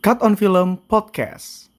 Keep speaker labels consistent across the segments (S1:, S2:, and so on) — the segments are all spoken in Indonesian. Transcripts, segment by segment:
S1: Cut on Film Podcast.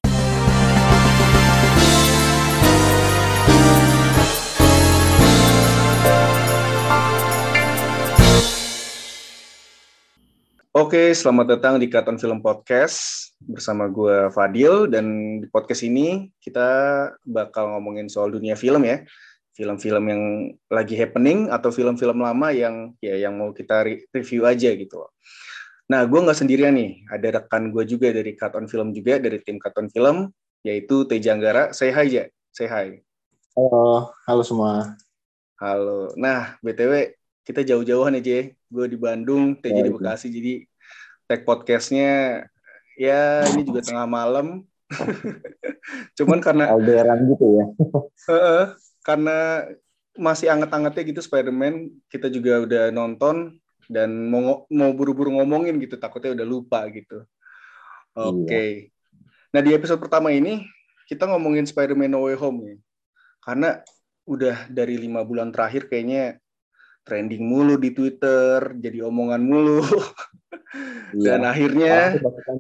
S1: Oke, selamat datang di Cut on Film Podcast bersama gue Fadil, dan di podcast ini kita bakal ngomongin soal dunia film ya. Film-film yang lagi happening atau film-film lama yang mau kita review aja gitu. Nah, gue nggak sendirian nih, ada rekan gue juga dari Cut on Film juga, dari tim Cut on Film, yaitu Teja Anggara. Say hi, Ja. Say hi.
S2: Halo semua.
S1: Halo. Nah, BTW kita jauh-jauhan aja. Gue di Bandung, Teja di Bekasi, jadi tag podcastnya ya ini juga tengah malam. Cuman karena
S2: LDRan gitu ya.
S1: karena masih anget-angetnya gitu Spider-Man, kita juga udah nonton dan mau buru-buru ngomongin gitu, takutnya udah lupa gitu. Oke. Nah, di episode pertama ini kita ngomongin Spider-Man No Way Home ya. Karena udah dari 5 bulan terakhir kayaknya trending mulu di Twitter, jadi omongan mulu. Dan akhirnya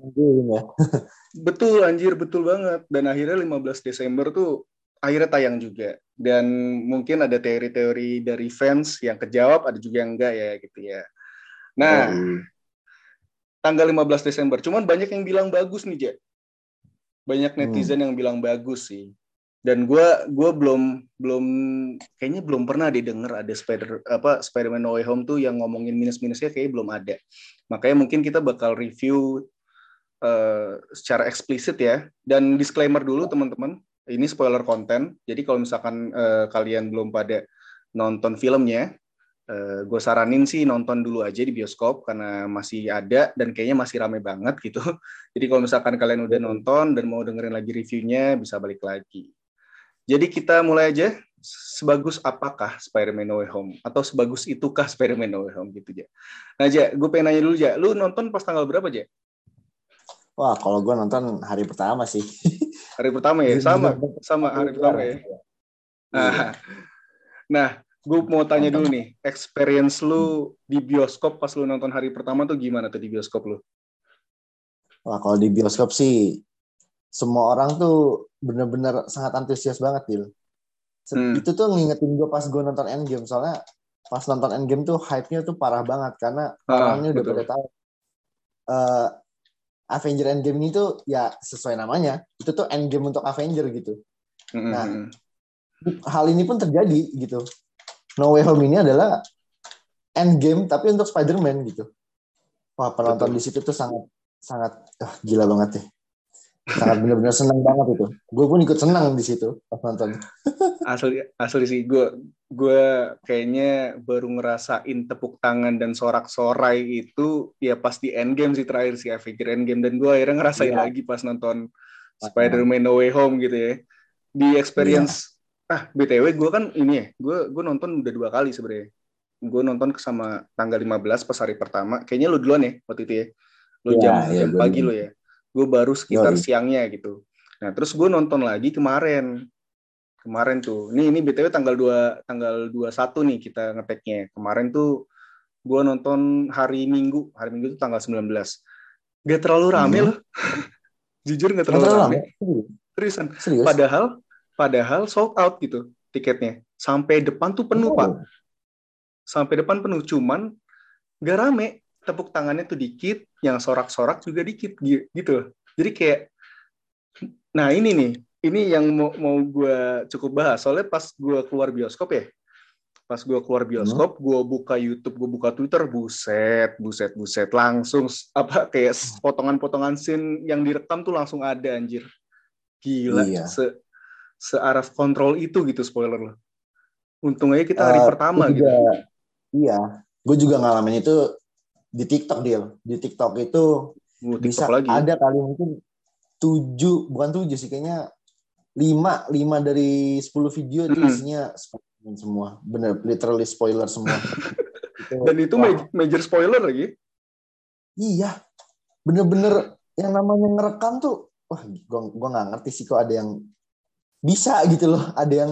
S1: betul anjir, betul banget. Dan akhirnya 15 Desember tuh akhirnya tayang juga. Dan mungkin ada teori-teori dari fans yang kejawab, ada juga yang enggak ya gitu ya. Nah, tanggal 15 Desember. Cuman banyak yang bilang bagus nih, Ja. Banyak netizen yang bilang bagus sih. Dan gue belum kayaknya belum pernah didengar ada Spider-Man No Way Home tuh yang ngomongin minus-minusnya, kayaknya belum ada. Makanya mungkin kita bakal review secara eksplisit ya. Dan disclaimer dulu teman-teman, ini spoiler konten. Jadi kalau misalkan kalian belum pada nonton filmnya, gue saranin sih nonton dulu aja di bioskop karena masih ada dan kayaknya masih rame banget gitu. Jadi kalau misalkan kalian udah nonton dan mau dengerin lagi reviewnya, bisa balik lagi. Jadi kita mulai aja. Sebagus apakah Spider-Man No Way Home? Atau sebagus itukah Spider-Man No Way Home gitu, Ja? Nah, Ja, gue pengen nanya dulu, Ja. Lu nonton pas tanggal berapa, Ja?
S2: Wah, kalau gue nonton hari pertama sih.
S1: Hari pertama ya? Sama hari pertama ya? Nah, gue mau tanya dulu nih. Experience lu di bioskop pas lu nonton hari pertama tuh gimana tuh di bioskop lu?
S2: Wah, kalau di bioskop sih semua orang tuh bener-bener sangat antusias banget, Dil. Itu tuh ngingetin gue pas gue nonton Endgame. Soalnya pas nonton Endgame tuh hype-nya tuh parah banget. Karena orang-orangnya udah pada tahu. Avenger Endgame ini tuh ya sesuai namanya. Itu tuh Endgame untuk Avenger gitu. Nah, hal ini pun terjadi gitu. No Way Home ini adalah Endgame tapi untuk Spider-Man gitu. Wah, penonton di situ tuh sangat gila banget ya. Sangat benar-benar senang banget itu. Gue pun ikut senang di situ pas nonton.
S1: Asli sih, gue kayaknya baru ngerasain tepuk tangan dan sorak-sorai itu ya pas di Endgame sih, terakhir sih Avenger Endgame, dan gue akhirnya ngerasain lagi pas nonton Spider-Man No Way Home gitu ya. Di experience BTW gue kan ini ya, gue nonton udah 2 kali sebenarnya. Gue nonton sama tanggal 15 pas hari pertama. Kayaknya lu duluan ya waktu itu ya. Lu jam pagi lu ya. Gue baru sekitar siangnya gitu. Nah, terus gue nonton lagi kemarin tuh. Ini BTW tanggal 21 nih kita ngeteknya. Kemarin tuh gue nonton hari Minggu tuh tanggal 19. Gak terlalu rame loh. Jujur gak terlalu rame. Seriusan. Padahal sold out gitu tiketnya. Sampai depan tuh penuh, Pak. Sampai depan penuh, cuman gak rame. Tepuk tangannya tuh dikit, yang sorak-sorak juga dikit gitu. Jadi kayak, nah ini nih, ini yang mau gue cukup bahas. Soalnya pas gue keluar bioskop ya, gue buka YouTube, gue buka Twitter, buset, langsung kayak potongan-potongan scene yang direkam tuh langsung ada, anjir. Gila, searaf kontrol itu gitu spoiler loh. Untung aja kita hari pertama gitu.
S2: Iya, gue juga ngalamin itu di TikTok, Dil. Di TikTok itu bisa lagi. Ada kali mungkin 7, bukan 7 sih, kayaknya 5 dari 10 video itu isinya spoiler semua. Bener, literally spoiler semua.
S1: Dan itu major spoiler lagi.
S2: Iya, bener-bener yang namanya ngerekam tuh, wah, gue nggak ngerti sih kok ada yang bisa gitu loh, ada yang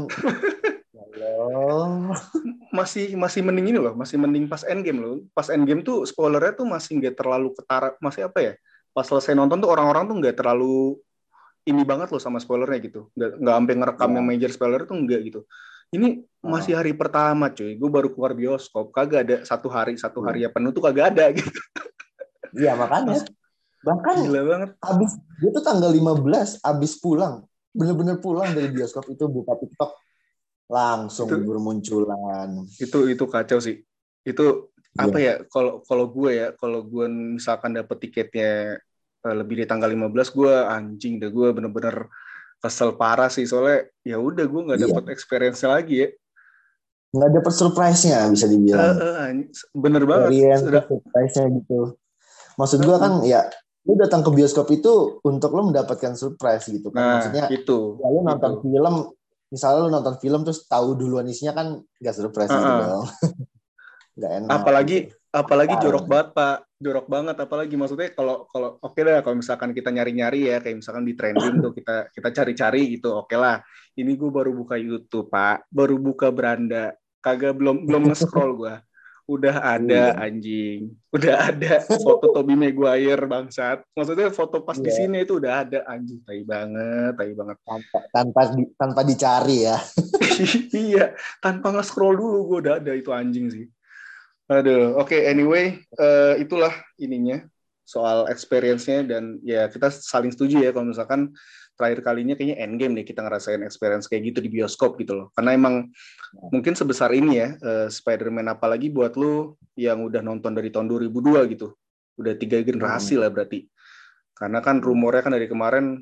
S1: masih mending ini loh, masih mending pas Endgame loh. Pas Endgame tuh spoilernya tuh masih nggak terlalu ketara, masih apa ya? pas selesai nonton tuh orang-orang tuh nggak terlalu ini banget loh sama spoilernya gitu, nggak sampai ngerekam yang major spoiler tuh nggak gitu. Ini masih hari pertama cuy, gue baru keluar bioskop, kagak ada satu hari ya penuh tuh kagak ada gitu.
S2: Iya makanya. Bahkan
S1: gila banget.
S2: Gue tuh tanggal 15 abis pulang, bener-bener pulang dari bioskop itu buka TikTok langsung bermunculan.
S1: Itu kacau sih. Itu apa ya? Kalau gue misalkan dapet tiketnya lebih di tanggal 15, gue anjing deh, gue bener-bener kesel parah sih, soalnya ya udah gue nggak dapet experience lagi ya.
S2: Nggak dapet surprise-nya bisa dibilang.
S1: Bener banget.
S2: Surprise-nya gitu. Maksud gue kan ya, lu datang ke bioskop itu untuk lu mendapatkan surprise gitu kan.
S1: Nah,
S2: maksudnya
S1: itu.
S2: Ya lu nonton film, misalnya lu nonton film terus tahu duluan isinya kan nggak surprise gitu dong. Nggak enak.
S1: Apalagi jorok banget Pak, jorok banget. Apalagi maksudnya kalau oke lah, kalau misalkan kita nyari-nyari ya, kayak misalkan di trending tuh kita cari-cari gitu, oke lah. Ini gue baru buka YouTube Pak, baru buka beranda, kagak belum nge-scroll gue. Udah ada anjing, udah ada foto Tobey Maguire bangsat. Maksudnya foto pas di sini itu udah ada anjing, tai banget.
S2: Tanpa dicari ya.
S1: Iya, tanpa nge-scroll dulu gue udah ada itu anjing sih. Aduh, oke, anyway, itulah ininya soal experience-nya, dan ya kita saling setuju ya kalau misalkan terakhir kalinya kayaknya Endgame deh kita ngerasain experience kayak gitu di bioskop gitu loh. Karena emang mungkin sebesar ini ya Spider-Man, apalagi buat lu yang udah nonton dari tahun 2002 gitu. Udah 3 generasi lah berarti. Karena kan rumornya kan dari kemarin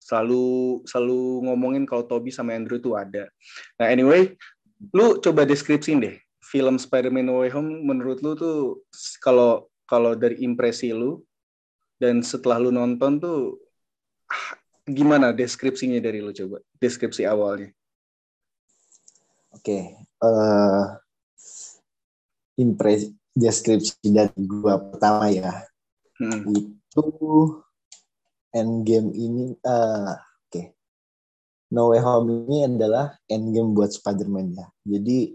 S1: selalu ngomongin kalau Tobey sama Andrew tuh ada. Nah, anyway, lu coba deskripsiin deh film Spider-Man No Way Home menurut lu tuh kalau dari impresi lu dan setelah lu nonton tuh gimana deskripsinya dari lu, coba deskripsi awalnya.
S2: Oke, impresi deskripsi dari gua pertama ya. Itu Endgame ini No Way Home ini adalah Endgame buat Spider-Man ya. Jadi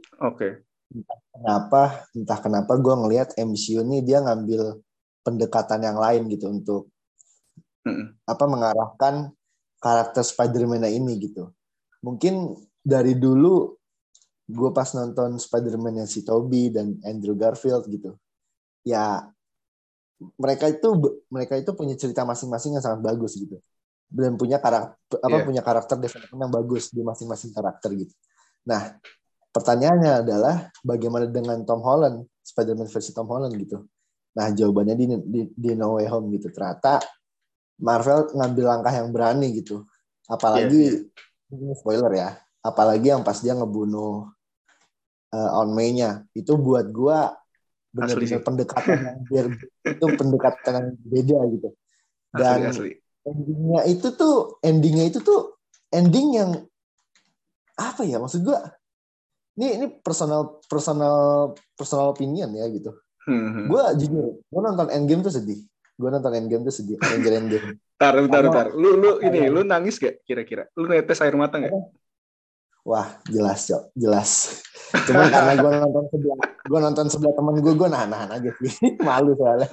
S2: entah kenapa gue ngelihat MCU ini dia ngambil pendekatan yang lain gitu untuk mengarahkan karakter Spider-Man ini gitu. Mungkin dari dulu gue pas nonton Spider-Man yang si Tobey dan Andrew Garfield gitu, ya mereka itu punya cerita masing-masing yang sangat bagus gitu, dan punya karakter development yang bagus di masing-masing karakter gitu. Nah, pertanyaannya adalah bagaimana dengan Tom Holland, Spider-Man versi Tom Holland gitu. Nah, jawabannya di No Way Home gitu. Ternyata Marvel ngambil langkah yang berani gitu. Apalagi ini spoiler ya. Apalagi yang pas dia ngebunuh Aunt May-nya. Itu buat gua benar-benar pendekatan yang beda gitu. Dan endingnya itu tuh ending yang apa ya, maksud gue ini personal opinion ya gitu. Gue jujur, gue nonton Endgame tuh sedih. Avenger Endgame.
S1: Bentar. Lu nangis gak kira-kira? Lu netes air mata gak?
S2: Wah, jelas, Cok. Jelas. Cuman karena gue nonton sebelah temen gue nahan aja sih. Malu soalnya.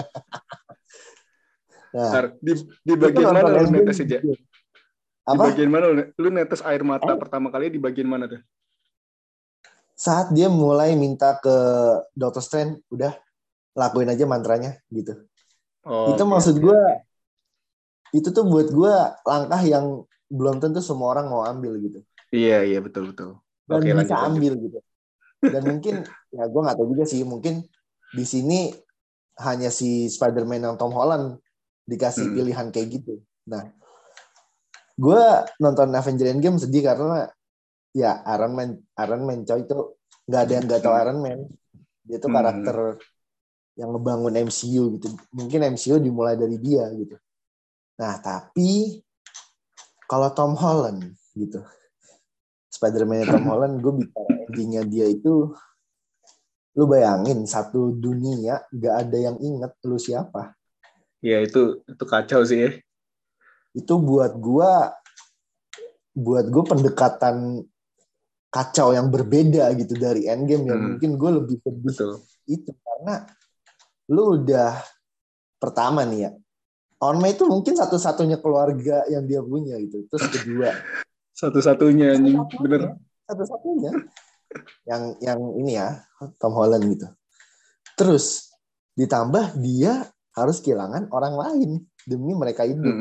S1: Nah, di bagian mana lu netes aja? Di bagian mana lu netes air mata pertama kali, di bagian mana tuh?
S2: Saat dia mulai minta ke Dr. Strange, udah lakuin aja mantranya gitu. Itu maksud gue, itu tuh buat gue langkah yang belum tentu semua orang mau ambil gitu.
S1: Iya betul.
S2: Dan bisa ambil gitu. Dan mungkin ya gue nggak tahu juga sih, mungkin di sini hanya si Spider-Man yang Tom Holland dikasih pilihan kayak gitu. Nah, gue nonton Avenger Endgame sedih karena ya Iron Man coy, itu nggak ada yang nggak tahu Iron Man. Dia tuh karakter yang ngebangun MCU gitu. Mungkin MCU dimulai dari dia gitu. Nah, tapi kalau Tom Holland gitu, Spider-Man Tom Holland, gue bicara endingnya dia itu, lu bayangin satu dunia gak ada yang inget lu siapa.
S1: Ya itu kacau sih ya.
S2: Itu buat gue pendekatan kacau yang berbeda gitu dari Endgame yang mungkin gue lebih sedih itu karena lu udah pertama nih ya, Aunt May itu mungkin satu-satunya keluarga yang dia punya gitu. Terus kedua,
S1: Satu-satunya anjing, bener.
S2: Satu-satunya yang ini ya, Tom Holland gitu. Terus ditambah dia harus kehilangan orang lain demi mereka hidup.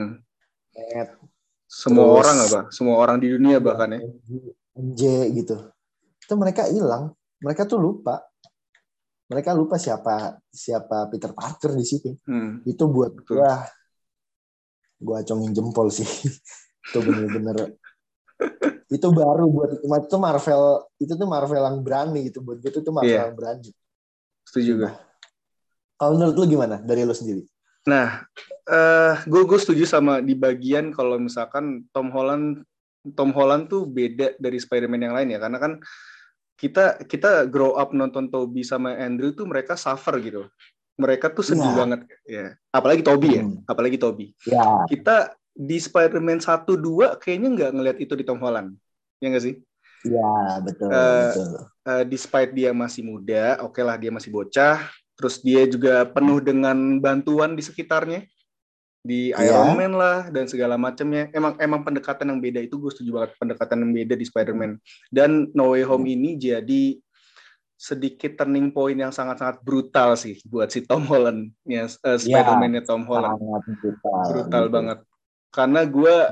S1: Semua orang apa? Semua orang di dunia bahkan ya.
S2: MJ gitu. Itu mereka hilang. Mereka tuh lupa. Mereka lupa siapa Peter Parker di situ. Itu buat gua acungin jempol sih. Itu bener-bener itu baru buat itu Marvel yang berani gitu, buat gue itu Marvel yang berani.
S1: Setuju gue.
S2: Kalau menurut lu gimana dari lu sendiri?
S1: Nah, gue setuju sama di bagian kalau misalkan Tom Holland tuh beda dari Spider-Man yang lain ya, karena kan kita grow up nonton Tobey sama Andrew tuh mereka suffer gitu. Mereka tuh sedih banget ya. Apalagi Tobey ya, apalagi Tobey.
S2: Yeah.
S1: Kita di Spider-Man 1 2 kayaknya nggak ngelihat itu di Tom Holland. Ya nggak sih?
S2: Iya, betul.
S1: Despite dia masih muda, oke lah dia masih bocah, terus dia juga penuh dengan bantuan di sekitarnya. Di Iron Man lah dan segala macamnya. Emang pendekatan yang beda itu gue setuju banget, pendekatan yang beda di Spider-Man. Dan No Way Home ini jadi sedikit turning point yang sangat-sangat brutal sih buat si Tom Holland, ya, Spider-Man-nya Tom Holland. Brutal gitu. Banget. Karena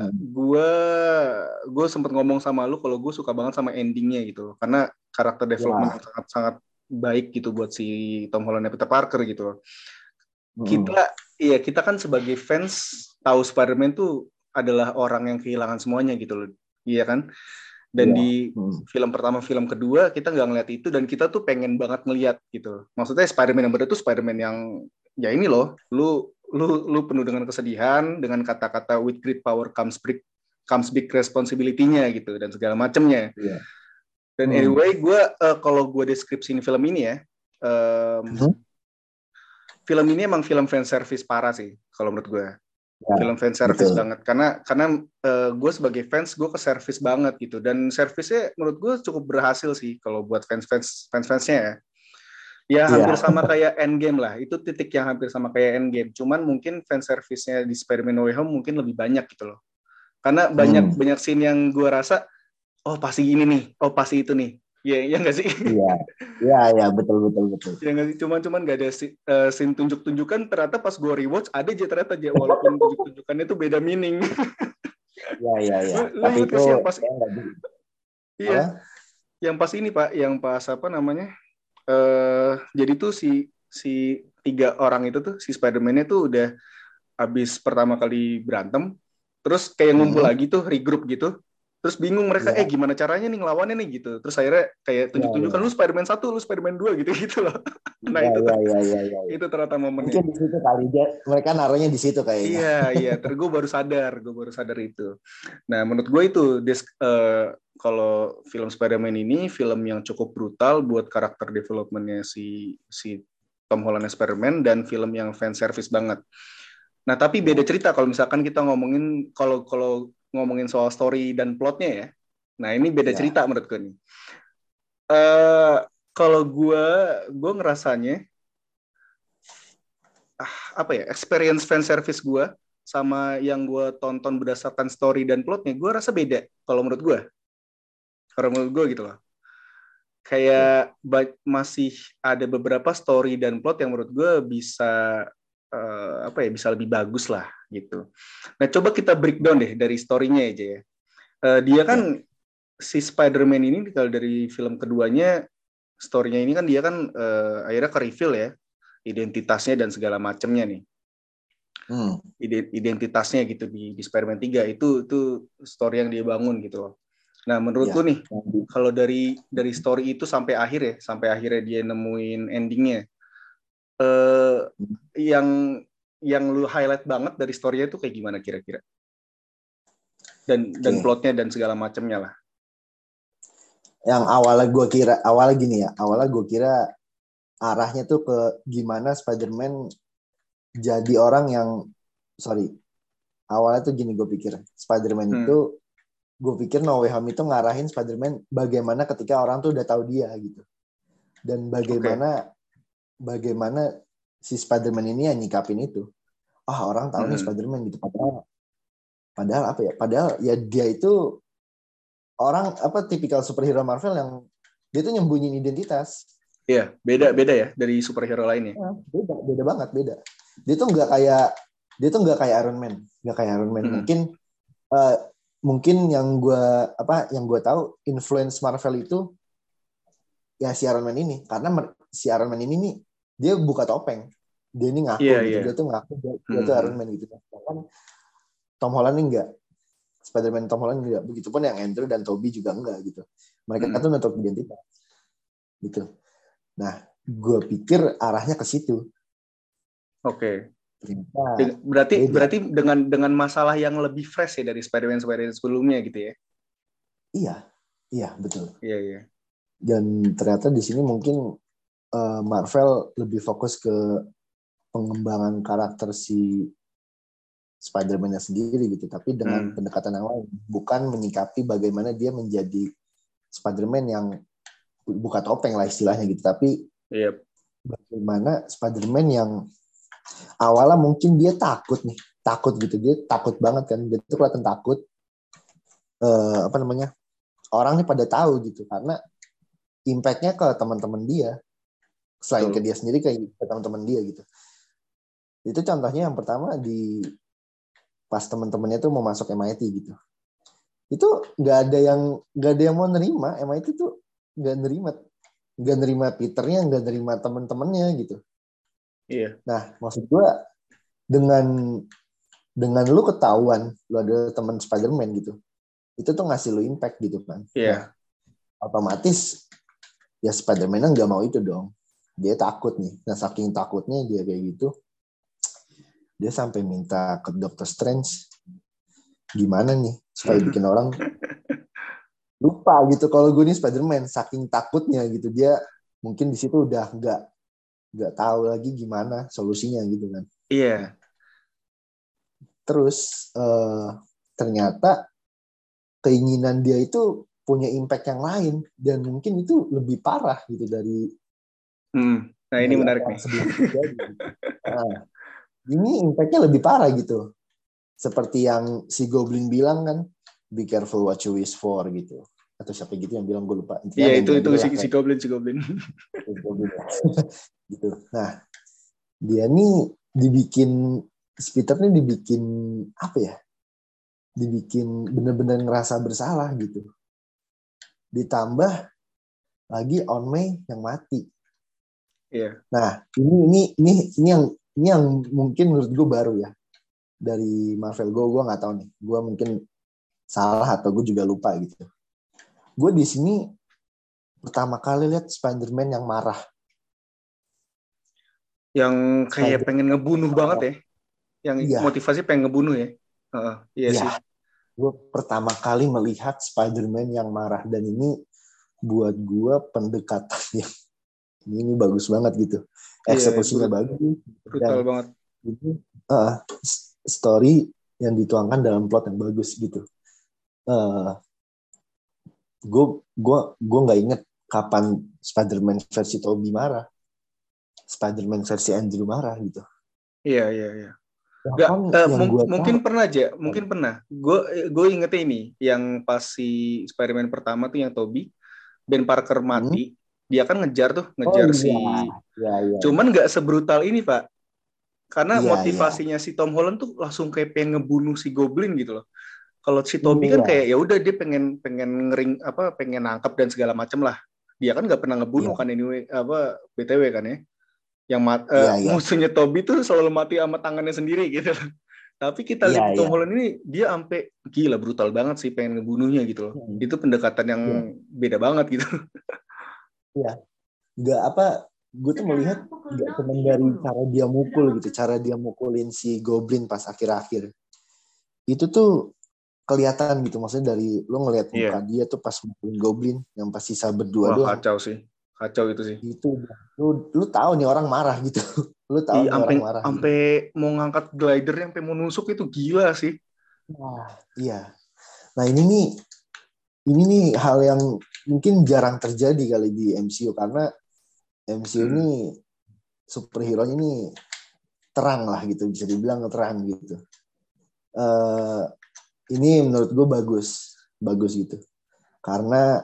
S1: gue sempat ngomong sama lu kalau gue suka banget sama endingnya gitu. Karena karakter development yang sangat-sangat baik gitu buat si Tom Holland Peter Parker gitu. Kita kan sebagai fans tahu Spider-Man tuh adalah orang yang kehilangan semuanya gitu loh. Iya kan? Dan di film pertama, film kedua kita nggak ngeliat itu dan kita tuh pengen banget ngeliat gitu. Maksudnya Spider-Man yang berbeda tuh Spider-Man yang ya ini loh, lu penuh dengan kesedihan, dengan kata-kata with great power comes big responsibility-nya gitu dan segala macamnya. Dan anyway, kalau gue deskripsiin film ini ya, film ini emang film fan service parah sih kalau menurut gue. Film fan service banget karena gue sebagai fans gue ke service banget gitu dan service-nya menurut gue cukup berhasil sih kalau buat fansnya ya hampir sama kayak Endgame lah, itu titik yang hampir sama kayak Endgame, cuman mungkin fan service-nya di Spider-Man No Way Home mungkin lebih banyak gitu loh, karena banyak scene yang gue rasa oh pasti ini nih, oh pasti itu nih. Ya nggak sih?
S2: Iya, betul.
S1: Ya nggak sih, cuman nggak ada scene tunjuk-tunjukkan, ternyata pas gue rewatch ada aja ternyata aja, walaupun tunjuk-tunjukkannya itu beda meaning.
S2: Iya.
S1: Lu inget gak sih yang pas? Iya. Yang pas ini Pak, yang pas apa namanya? Jadi tuh si 3 orang itu tuh, si Spider-Man-nya tuh udah habis pertama kali berantem, terus kayak ngumpul lagi tuh, regroup gitu. Terus bingung mereka, gimana caranya nih ngelawannya nih gitu. Terus akhirnya kayak tunjuk-tunjukkan lu Spider-Man 1, lu Spider-Man 2 gitu loh. Nah itu ternyata momennya.
S2: Mungkin di situ kali mereka naruhnya di situ kayaknya.
S1: Iya. Terus gue baru sadar itu. Nah menurut gue itu kalau film Spider-Man ini film yang cukup brutal buat karakter development-nya si Tom Holland Spider-Man dan film yang fan service banget. Nah tapi beda cerita kalau misalkan kita ngomongin kalau ngomongin soal story dan plotnya ya. Nah ini beda cerita menurut gue nih. Kalau gue ngerasanya experience fan service gue sama yang gue tonton berdasarkan story dan plotnya, gue rasa beda kalau menurut gue. Kalau menurut gue gitu loh. Kayak masih ada beberapa story dan plot yang menurut gue bisa bisa lebih bagus lah gitu. Nah coba kita breakdown deh dari story-nya aja ya. Dia kan si Spider-Man ini kalau dari film keduanya story-nya ini kan dia kan akhirnya ke reveal ya identitasnya dan segala macamnya nih. Identitasnya gitu di Spider-Man 3 itu story yang dia bangun gitu loh. Nah menurut lu nih kalau dari story itu sampai akhirnya dia nemuin endingnya, yang lu highlight banget dari story-nya itu kayak gimana kira-kira? Dan plotnya dan segala macamnya lah.
S2: Yang awalnya gue kira arahnya tuh ke gimana Spider-Man jadi orang yang awalnya tuh gini gue pikir Spider-Man itu gue pikir No Way Home itu ngarahin Spider-Man bagaimana ketika orang tuh udah tahu dia gitu dan bagaimana si Spider-Man ini yang nyikapin itu. orang tahu nih Spider-Man gitu. Padahal apa ya? Padahal ya dia itu orang tipikal superhero Marvel yang dia tuh nyembunyiin identitas.
S1: Iya, beda ya dari superhero lainnya.
S2: Beda banget, beda. Dia tuh nggak kayak Iron Man, Mungkin yang gue tahu influence Marvel itu ya si Iron Man ini, karena si Iron Man ini nih dia buka topeng, dia ini ngaku gitu, dia tuh ngaku dia tuh Iron Man gitu. Bahkan Tom Holland ini enggak, Spider-Man Tom Holland enggak, begitupun yang Andrew dan Tobey juga enggak gitu. Mereka tuh nutup identitas gitu. Nah, gue pikir arahnya ke situ.
S1: Oke. Berarti dengan masalah yang lebih fresh ya dari Spider-Man sebelumnya gitu ya.
S2: Iya, betul.
S1: Iya.
S2: Dan ternyata di sini mungkin Marvel lebih fokus ke pengembangan karakter si Spider-Man-nya sendiri gitu, tapi dengan pendekatan yang lain, bukan menyikapi bagaimana dia menjadi Spider-Man yang buka topeng lah istilahnya gitu, tapi bagaimana Spider-Man yang awalnya mungkin dia takut gitu, dia takut banget kan, dia tuh kelihatan takut, orang nih pada tahu gitu, karena impact-nya ke teman-teman dia, selain ke dia sendiri, ke teman-teman dia gitu. Itu contohnya yang pertama pas teman-temannya tuh mau masuk MIT gitu. Itu nggak ada yang mau nerima, MIT tuh nggak nerima Peternya, nggak nerima teman-temannya gitu.
S1: Iya.
S2: Nah, maksud gue dengan lu ketahuan lu ada teman Spider-Man gitu, itu tuh ngasih lu impact gitu kan.
S1: Iya.
S2: Nah, otomatis ya Spider-Man nggak mau itu dong. Dia takut nih. Nah, saking takutnya dia kayak gitu, dia sampai minta ke Dr. Strange, gimana nih supaya bikin orang lupa gitu kalau gue nih Spider-Man, saking takutnya gitu. Dia mungkin di situ udah nggak tahu lagi gimana solusinya gitu kan.
S1: Iya.
S2: Terus ternyata keinginan dia itu punya impact yang lain, dan mungkin itu lebih parah gitu dari
S1: Nah, ini menarik nih.
S2: Nah, ini impact-nya lebih parah gitu. Seperti yang si Goblin bilang kan, be careful what you wish for gitu. Atau siapa gitu yang bilang, gue lupa.
S1: Iya, itu si Goblin.
S2: Gitu. Nah, dia nih Peter nih dibikin apa ya? Dibikin benar-benar ngerasa bersalah gitu. Ditambah lagi On May yang mati.
S1: Iya.
S2: Nah, ini yang mungkin menurut gue baru ya dari Marvel. Gue nggak tahu nih, gue mungkin salah atau gue juga lupa gitu. Gue di sini pertama kali lihat Spider-Man yang marah,
S1: yang kayak pengen ngebunuh banget ya, yang motivasi pengen ngebunuh ya. Iya sih.
S2: Gue pertama kali melihat Spider-Man yang marah, dan ini buat gue pendekatan yang ini bagus banget gitu. Eksekusinya bagus.
S1: Brutal banget.
S2: Ini story yang dituangkan dalam plot yang bagus gitu. Gue nggak inget kapan Spider-Man versi Tobey marah, Spider-Man versi Andrew marah gitu.
S1: Iya. Mungkin pernah aja, Gue ingetnya ini yang pas si Spider-Man pertama tuh yang Tobey, Ben Parker mati, dia kan ngejar si. Cuman nggak sebrutal ini, Pak. Karena motivasinya si Tom Holland tuh langsung kayak pengen ngebunuh si Goblin gitu loh. Kalau si Tobey kan kayak ya udah dia pengen pengen nangkap dan segala macam lah. Dia kan nggak pernah ngebunuh kan anyway, BTW kan ya. Yang musuhnya Tobey tuh selalu mati sama tangannya sendiri gitu. Tapi kita lihat Tom Holland ini dia sampai gila brutal banget sih pengen ngebunuhnya gitu loh. Itu pendekatan yang beda banget gitu.
S2: Iya. Gue tuh melihat nggak cuma dari cara dia mukul gitu, cara dia mukulin si Goblin pas akhir-akhir. Itu tuh kelihatan gitu, maksudnya dari lo ngelihat muka dia tuh pas mukulin Goblin yang pas sisa berdua doang.
S1: Kacau itu sih.
S2: Itu lu tahu nih orang marah gitu. Lu tahu nih orang marah.
S1: Sampai mau ngangkat glidernya sampai mau nusuk itu gila sih.
S2: Nah, iya. Nah, ini nih hal yang mungkin jarang terjadi kali di MCU, karena MCU ini superhero ini terang lah gitu, bisa dibilang terang gitu. Ini menurut gue bagus gitu, karena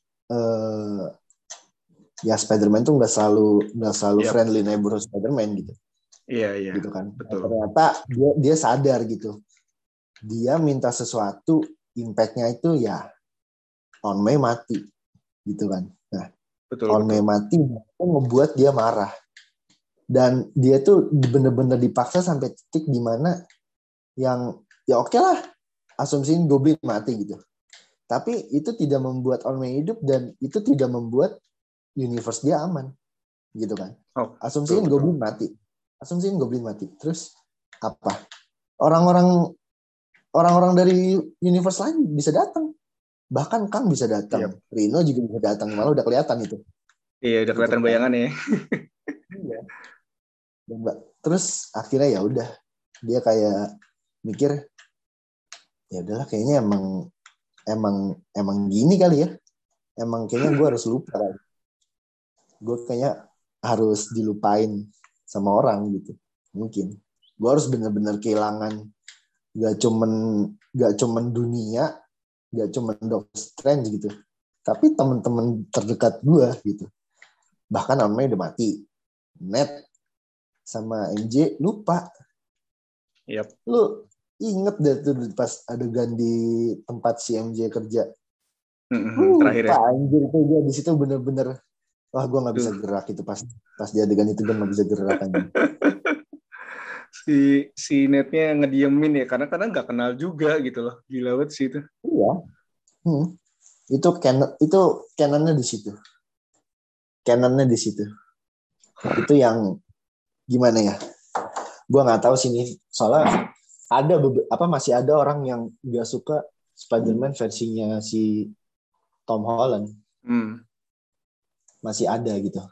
S2: ya Spider-Man tuh nggak selalu friendly neighborhood Spider-Man gitu.
S1: Iya,
S2: gitu kan.
S1: betul.
S2: Ternyata dia sadar gitu, dia minta sesuatu, impact-nya itu ya on May mati gitu kan. Nah, on May mati itu ngebuat dia marah, dan dia tuh bener-bener dipaksa sampai titik dimana yang ya oke lah, asumsiin Goblin mati gitu, tapi itu tidak membuat on May hidup, dan itu tidak membuat universe dia aman gitu kan. Asumsiin Goblin mati, terus apa, orang-orang dari universe lain bisa datang, bahkan Kang bisa datang, Rino juga bisa datang, malah udah kelihatan itu.
S1: Iya, udah kelihatan bayangan ya.
S2: Iya. Terus akhirnya ya udah, dia kayak mikir, ya udahlah, kayaknya emang gini kali ya, emang kayaknya gue harus lupa kali, gue kayaknya harus dilupain sama orang gitu, mungkin gue harus benar-benar kehilangan, gak cuman dunia, gak cuman Doctor Strange gitu, tapi teman-teman terdekat gue gitu, bahkan namanya udah mati, Ned sama MJ lupa. Lu inget deh tuh pas adegan di tempat si MJ kerja,
S1: terakhir ya.
S2: Anjir, itu gue di situ bener-bener, wah gue nggak bisa gerak itu, pas di adegan itu gue nggak bisa gerak aja.
S1: si Netnya ngediemin ya, karena nggak kenal juga gitu loh, gila banget sih itu.
S2: Iya. Itu canonnya di situ. Itu yang gimana ya? Gue nggak tahu sih nih, soalnya masih ada orang yang nggak suka Spider-Man versinya si Tom Holland. Masih ada gitu.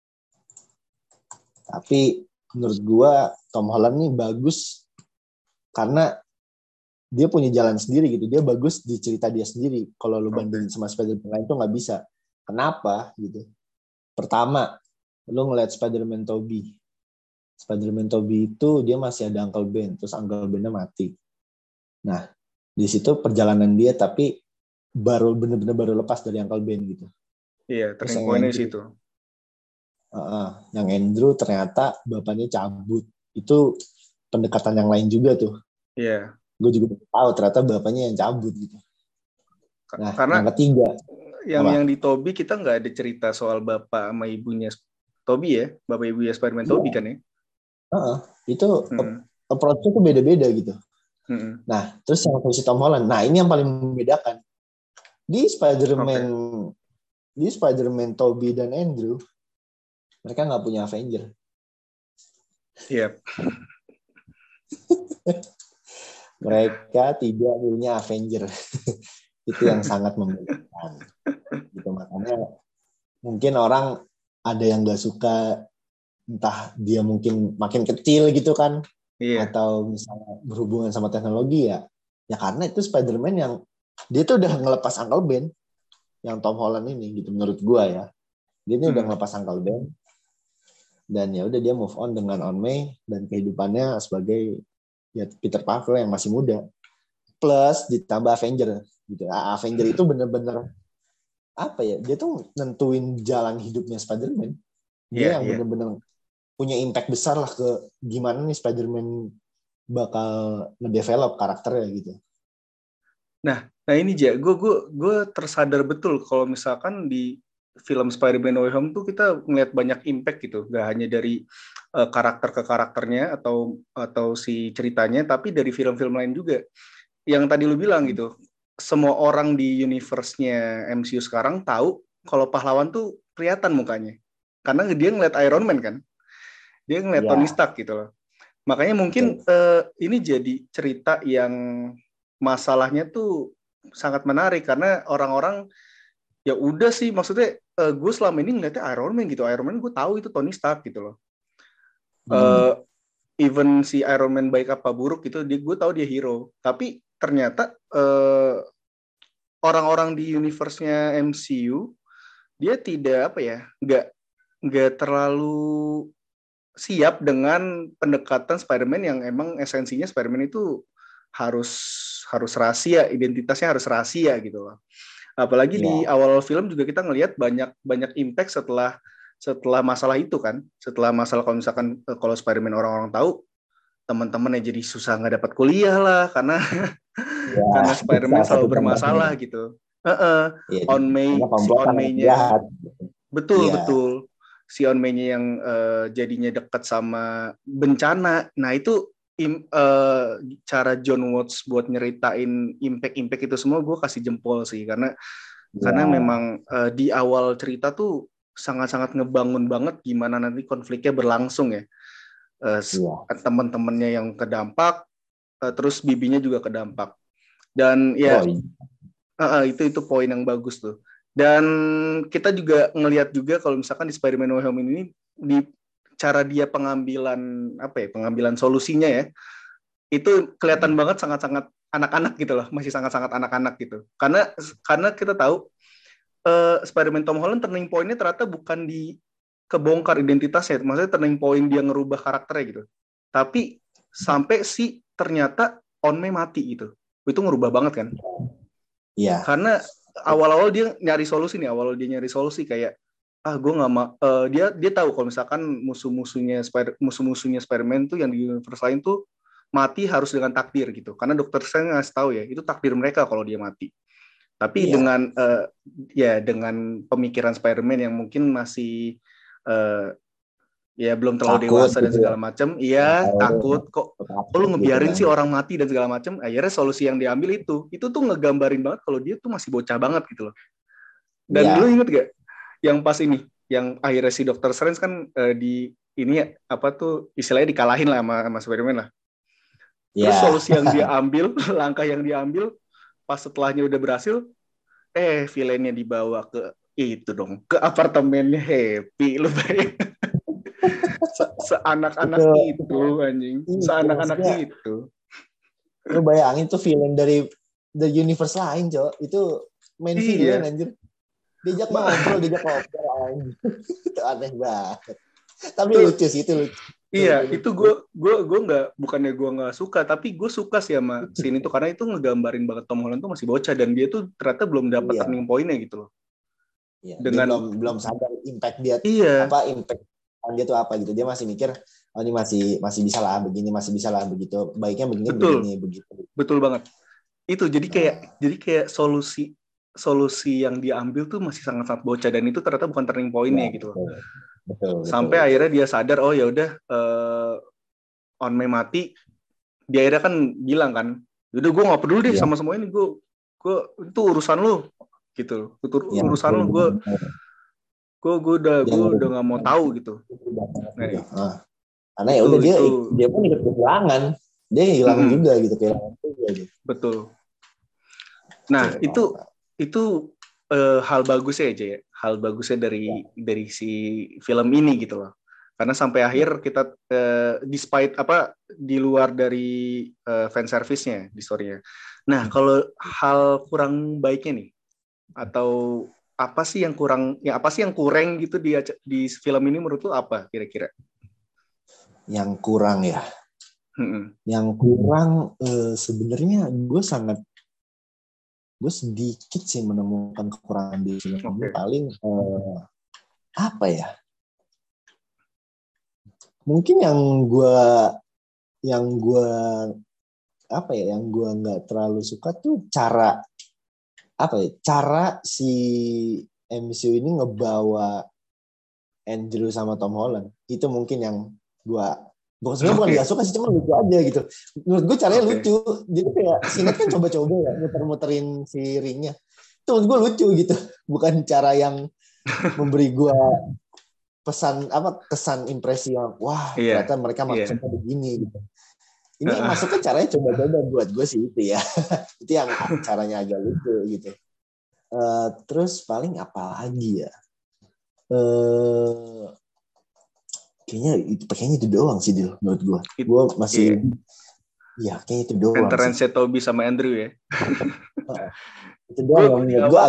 S2: Tapi menurut gue Tom Holland nih bagus karena dia punya jalan sendiri gitu. Dia bagus di cerita dia sendiri. Kalau lu bandingin sama Spider-Man lain tuh nggak bisa. Kenapa gitu? Pertama, lu ngeliat Spider-Man Tobey itu dia masih ada Uncle Ben, terus Uncle Ben-nya mati. Nah, di situ perjalanan dia, tapi bener-bener baru lepas dari Uncle Ben gitu.
S1: Iya, turning point-nya di situ.
S2: Yang Andrew ternyata bapaknya cabut. Itu pendekatan yang lain juga tuh.
S1: Iya.
S2: Gue juga tahu ternyata bapaknya yang cabut gitu. Nah,
S1: karena
S2: yang ketiga,
S1: yang di Tobey kita nggak ada cerita soal bapak sama ibunya Tobey ya, bapak ibunya Spider-Man Tobey kan ya.
S2: Itu approach-nya tuh beda-beda gitu. Nah, terus yang versi Tom Holland, nah ini yang paling membedakan. Di Spider-Man Tobey dan Andrew, mereka nggak punya Avenger.
S1: Iya.
S2: Mereka tidak punya Avenger. Itu yang sangat membedakan. Gitu, makanya mungkin orang ada yang nggak suka, entah dia mungkin makin kecil gitu kan, atau misalnya berhubungan sama teknologi ya karena itu Spider-Man yang dia tuh udah ngelepas Uncle Ben, yang Tom Holland ini gitu, menurut gua ya, dia udah ngelepas Uncle Ben, dan ya udah dia move on dengan Aunt May dan kehidupannya sebagai ya Peter Parker yang masih muda, plus ditambah Avenger gitu. Avenger itu bener-bener apa ya, dia tuh nentuin jalan hidupnya Spider-Man. Dia yang bener-bener punya impact besar lah ke gimana nih Spider-Man bakal ngedevelop karakternya gitu.
S1: Nah ini gue tersadar betul kalau misalkan di film Spider-Man No Way Home tuh kita ngeliat banyak impact gitu, gak hanya dari karakter ke karakternya atau si ceritanya, tapi dari film-film lain juga. Yang tadi lu bilang gitu, semua orang di universe-nya MCU sekarang tahu kalau pahlawan tuh kelihatan mukanya, karena dia ngeliat Iron Man kan, dia ngeliat Tony Stark gitu loh. Makanya mungkin ini jadi cerita yang masalahnya tuh sangat menarik, karena orang-orang ya udah sih, maksudnya gue selama ini ngeliatnya Iron Man gitu, Iron Man gue tahu itu Tony Stark gitu loh. Even si Iron Man baik apa buruk gitu, gue tahu dia hero. Tapi ternyata orang-orang di universe-nya MCU dia tidak nggak terlalu siap dengan pendekatan Spider-Man yang emang esensinya Spider-Man itu harus rahasia, identitasnya harus rahasia gitu loh. Apalagi di awal film juga kita ngelihat banyak impact setelah masalah itu kan, setelah masalah kalau misalkan kalau Spider-Man orang-orang tahu, teman-temannya jadi susah nggak dapat kuliah lah karena karena Spider-Man selalu bermasalah gitu. On May, si On May-nya betul si On May-nya yang jadinya dekat sama bencana. Nah itu cara John Watts buat nyeritain impact itu semua gue kasih jempol sih karena memang di awal cerita tuh sangat-sangat ngebangun banget gimana nanti konfliknya berlangsung ya. Teman-temannya yang kedampak, terus bibinya juga kedampak. Dan ya itu poin yang bagus tuh. Dan kita juga ngelihat juga kalau misalkan di Spider-Man No Way Home ini di cara dia pengambilan solusinya ya, itu kelihatan banget sangat-sangat anak-anak gitu loh, masih sangat-sangat anak-anak gitu. Karena kita tahu Spider-Man Tom Holland turning point-nya ternyata bukan di kebongkar identitasnya, maksudnya turning point dia ngerubah karakternya gitu. Tapi sampai ternyata On May mati gitu. Itu ngerubah banget kan? Iya. Karena awal-awal dia nyari solusi kayak gue nggak mau. Dia tahu kalau misalkan musuh-musuhnya Spider-Man tuh yang di universe lain tuh mati harus dengan takdir gitu. Karena dokter Strange ngasih tahu ya itu takdir mereka kalau dia mati. Tapi dengan pemikiran Spider-Man yang mungkin masih belum terlalu dewasa dan segala macam, takut kok lu ngebiarin sih orang mati dan segala macam. Akhirnya solusi yang diambil itu tuh ngegambarin banget kalau dia tuh masih bocah banget gitu loh. Dan lu inget gak yang pas ini, yang akhirnya si Dr. Strange kan di ini apa tuh istilahnya dikalahin lah sama Spider-Man lah. Terus solusi yang dia ambil, langkah yang diambil pas setelahnya udah berhasil, villainnya dibawa ke itu dong, ke apartemennya Happy, lu bayangin. Seanak-anak itu anjing, seanak-anak itu.
S2: Lu bayangin tuh villain dari the universe lain, Cok. Itu main villain anjir. Diajak ngobrol anjing. Itu aneh banget. Tapi lucu sih, itu lucu.
S1: Iya, itu gue bukannya gue nggak suka, tapi gue suka sih sama scene itu karena itu ngegambarin banget Tom Holland tuh masih bocah dan dia tuh ternyata belum dapat turning point-nya gitu loh.
S2: Iya, dengan dia belum sadar impact dia impact dia tuh apa gitu. Dia masih mikir ini masih bisa lah begini, masih bisa lah begitu. Baiknya begini begitu.
S1: Betul banget. Itu jadi kayak solusi yang diambil tuh masih sangat-sangat bocah dan itu ternyata bukan turning point-nya gitu loh. Betul. Sampai akhirnya dia sadar ya udah On May mati, dia akhirnya kan bilang kan, udah gue nggak peduli deh sama semua ini, gue itu urusan lu gitu, urusan lu, gue udah nggak mau tahu gitu.
S2: Karena ya udah dia pun ikut kehilangan, dia hilang juga gitu, kehilangan juga gitu.
S1: Betul. Nah itu hal bagusnya aja ya, hal bagusnya dari si film ini gitu loh. Karena sampai akhir kita despite di luar dari fan service-nya di story-nya. Nah, kalau hal kurang baiknya nih atau apa sih yang kurang gitu di film ini menurut lu apa kira-kira?
S2: Yang kurang ya. Yang kurang sebenarnya gue sedikit sih menemukan kekurangan di film ini. Paling apa ya? Mungkin yang gue nggak terlalu suka tuh cara si MCU ini ngebawa Andrew sama Tom Holland. Itu mungkin yang gue sebenarnya bukan nggak suka sih, cuma lucu aja gitu. Menurut gue caranya lucu. Jadi kayak Sinet kan coba-coba ya muter-muterin si ringnya. Itu menurut gue lucu gitu. Bukan cara yang memberi gue kesan impresi yang ternyata mereka maksudnya begini gitu. Ini masuknya caranya coba-coba buat gue sih itu ya. Itu yang caranya agak lucu gitu. Terus paling apa lagi ya? Kayaknya itu doang sih Dil, menurut gue. Gue masih kayaknya itu doang.
S1: Entrance Toby sama Andrew ya.
S2: Itu doang yang menurut gue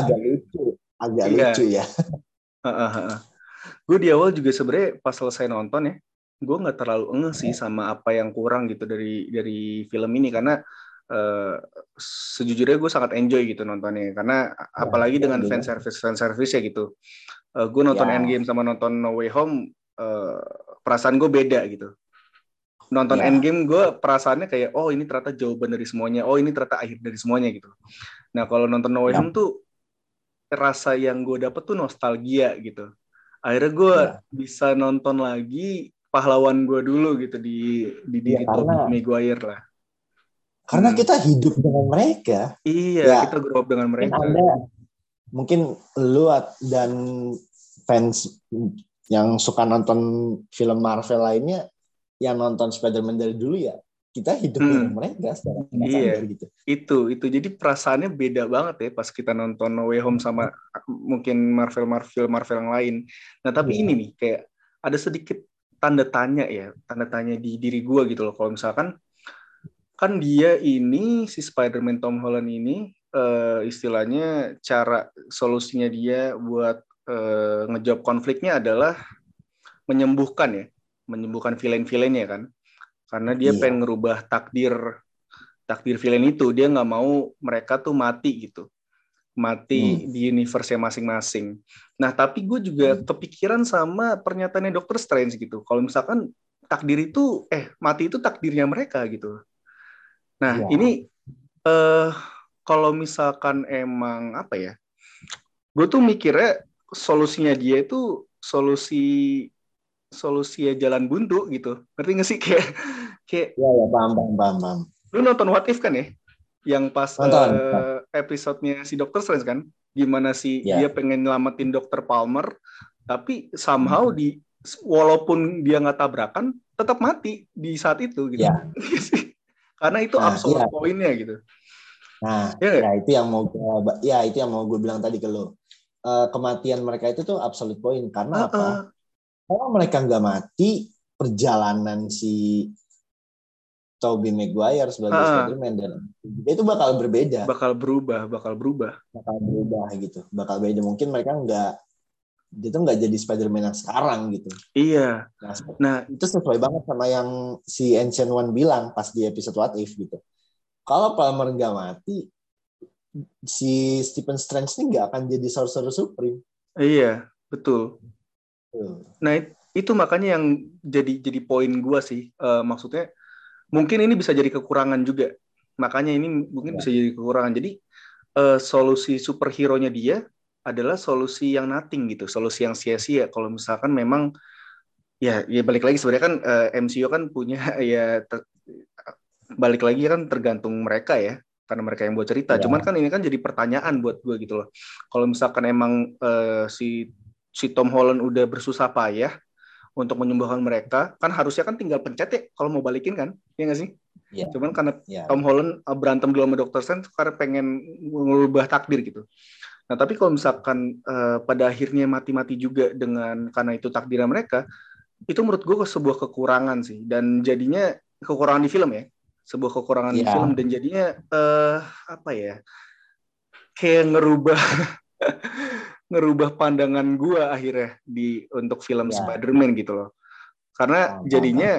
S2: agak lucu ya.
S1: Gue di awal juga sebenarnya pas selesai nonton ya, gue nggak terlalu ngeh sih sama apa yang kurang gitu dari film ini, karena sejujurnya gue sangat enjoy gitu nontonnya, karena
S2: Ya,
S1: apalagi
S2: gue
S1: dengan
S2: juga.
S1: fan service ya gitu. Gue nonton
S2: Ya,
S1: Endgame sama nonton No Way Home, perasaan gue beda gitu. Nonton
S2: ya,
S1: Endgame gue perasaannya kayak, oh ini ternyata jawaban dari semuanya, oh ini ternyata akhir dari semuanya gitu. Nah kalau nonton No Way
S2: ya,
S1: Home tuh rasa yang gue dapet tuh nostalgia gitu. Akhirnya gue
S2: ya.
S1: bisa nonton lagi pahlawan gue dulu gitu di
S2: Iya,
S1: diri Tobey
S2: karena
S1: Maguire lah.
S2: kita
S1: Hmm.
S2: hidup dengan mereka.
S1: Iya, kita
S2: Ya,
S1: grow up dengan
S2: mungkin
S1: mereka.
S2: Anda, mungkin lu dan fans yang suka nonton film Marvel lainnya, yang nonton Spider-Man dari dulu ya, kita hidup bareng
S1: Hmm.
S2: mereka secara tidak
S1: Iya,
S2: sadar gitu.
S1: itu jadi perasaannya beda banget ya pas kita nonton No Way Home sama mungkin Marvel yang lain. Nah tapi ini
S2: Iya,
S1: nih kayak ada sedikit tanda tanya di diri gue gitu loh. Kalau misalkan kan dia ini si Spider-Man Tom Holland ini istilahnya cara solusinya dia buat ngejawab konfliknya adalah menyembuhkan ya, menyembuhkan villain-villainnya kan, karena dia
S2: iya.
S1: pengen ngerubah takdir villain itu, dia nggak mau mereka tuh mati gitu,
S2: Hmm.
S1: mati di universe masing-masing. Nah tapi gue juga kepikiran sama pernyataannya Doctor Strange gitu, kalau misalkan takdir itu mati itu takdirnya mereka gitu. Nah
S2: Iya.
S1: ini eh kalau misalkan emang apa ya, gue tuh mikirnya solusinya dia itu solusi solusi jalan buntu gitu, ngerti nggak sih? Kayak
S2: Iya, ya, paham, paham, paham, paham.
S1: lu nonton What If kan ya, yang pas
S2: Nonton.
S1: episodenya si Doctor Strange kan, gimana sih dia
S2: Ya.
S1: pengen nyelamatin Dokter Palmer, tapi somehow walaupun dia nggak tabrakan tetap mati di saat itu gitu.
S2: Ya.
S1: Karena itu
S2: Nah, iya.
S1: absolute poinnya gitu.
S2: Nah,
S1: Ya
S2: ya
S1: nggak?
S2: itu yang mau gue bilang tadi ke lo. Kematian mereka itu tuh absolute point. Karena apa?
S1: Uh-uh.
S2: Kalau mereka nggak mati, perjalanan si Tobey Maguire sebagai
S1: Uh-uh.
S2: Spider-Man dan itu bakal berbeda,
S1: bakal berubah.
S2: bakal berubah gitu, bakal beda. Mungkin mereka nggak, dia tuh nggak jadi Spider-Man yang sekarang gitu.
S1: Iya.
S2: Nah,
S1: Nah,
S2: itu sesuai banget sama yang si Ancient One bilang pas di episode What If gitu. Kalau Palmer nggak mati, si Stephen Strange ini nggak akan jadi Sorcerer Supreme.
S1: iya, betul.
S2: Tuh.
S1: Nah, itu makanya yang jadi poin gue sih. Maksudnya mungkin ini bisa jadi kekurangan juga. Makanya ini mungkin
S2: Ya,
S1: bisa jadi kekurangan. Jadi solusi superhero-nya dia adalah solusi yang nothing gitu, solusi yang sia-sia. Kalau misalkan memang ya balik lagi sebenarnya kan MCU kan punya ya balik lagi kan tergantung mereka ya, karena mereka yang buat cerita. Cuman
S2: ya,
S1: kan ini kan jadi pertanyaan buat gue gitu loh. Kalau misalkan emang si Tom Holland udah bersusah payah untuk menyembuhkan mereka, kan harusnya kan tinggal pencet ya kalau mau balikin kan, ya nggak sih?
S2: ya,
S1: Cuman karena
S2: ya,
S1: Tom Holland berantem dulu sama Dr. Strange karena pengen mengubah takdir gitu. Nah tapi kalau misalkan pada akhirnya mati-mati juga dengan karena itu takdirnya mereka, itu menurut gue sebuah kekurangan sih, dan jadinya kekurangan di film ya, sebuah kekurangan di film,
S2: ya,
S1: dan jadinya apa ya, kayak ngerubah ngerubah pandangan gue akhirnya untuk film
S2: ya,
S1: Spider-Man gitu loh. Karena
S2: paham, paham, paham.
S1: jadinya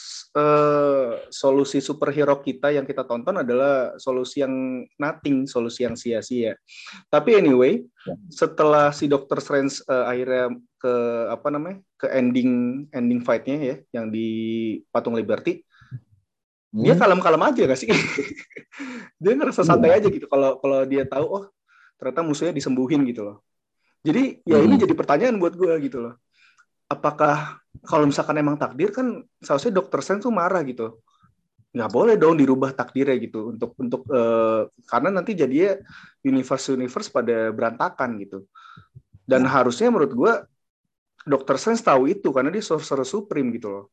S1: solusi superhero kita yang kita tonton adalah solusi yang nothing, solusi yang sia-sia. Tapi anyway,
S2: Ya.
S1: setelah si Doctor Strange akhirnya ke apa namanya, ke ending fight-nya ya, yang di Patung Liberty, dia
S2: Hmm?
S1: kalem-kalem aja gak sih? Dia ngerasa santai
S2: Iya.
S1: aja gitu kalau kalau dia tahu oh ternyata musuhnya disembuhin gitu loh. Jadi ya ini
S2: Mm-mm.
S1: jadi pertanyaan buat gue gitu loh. Apakah kalau misalkan emang takdir kan seharusnya Dokter Strange tuh marah gitu, nggak boleh dong dirubah takdirnya gitu untuk karena nanti jadinya universe pada berantakan gitu. Dan
S2: Ya,
S1: harusnya menurut gue Dokter Strange tahu itu karena dia Sorcerer Supreme gitu loh.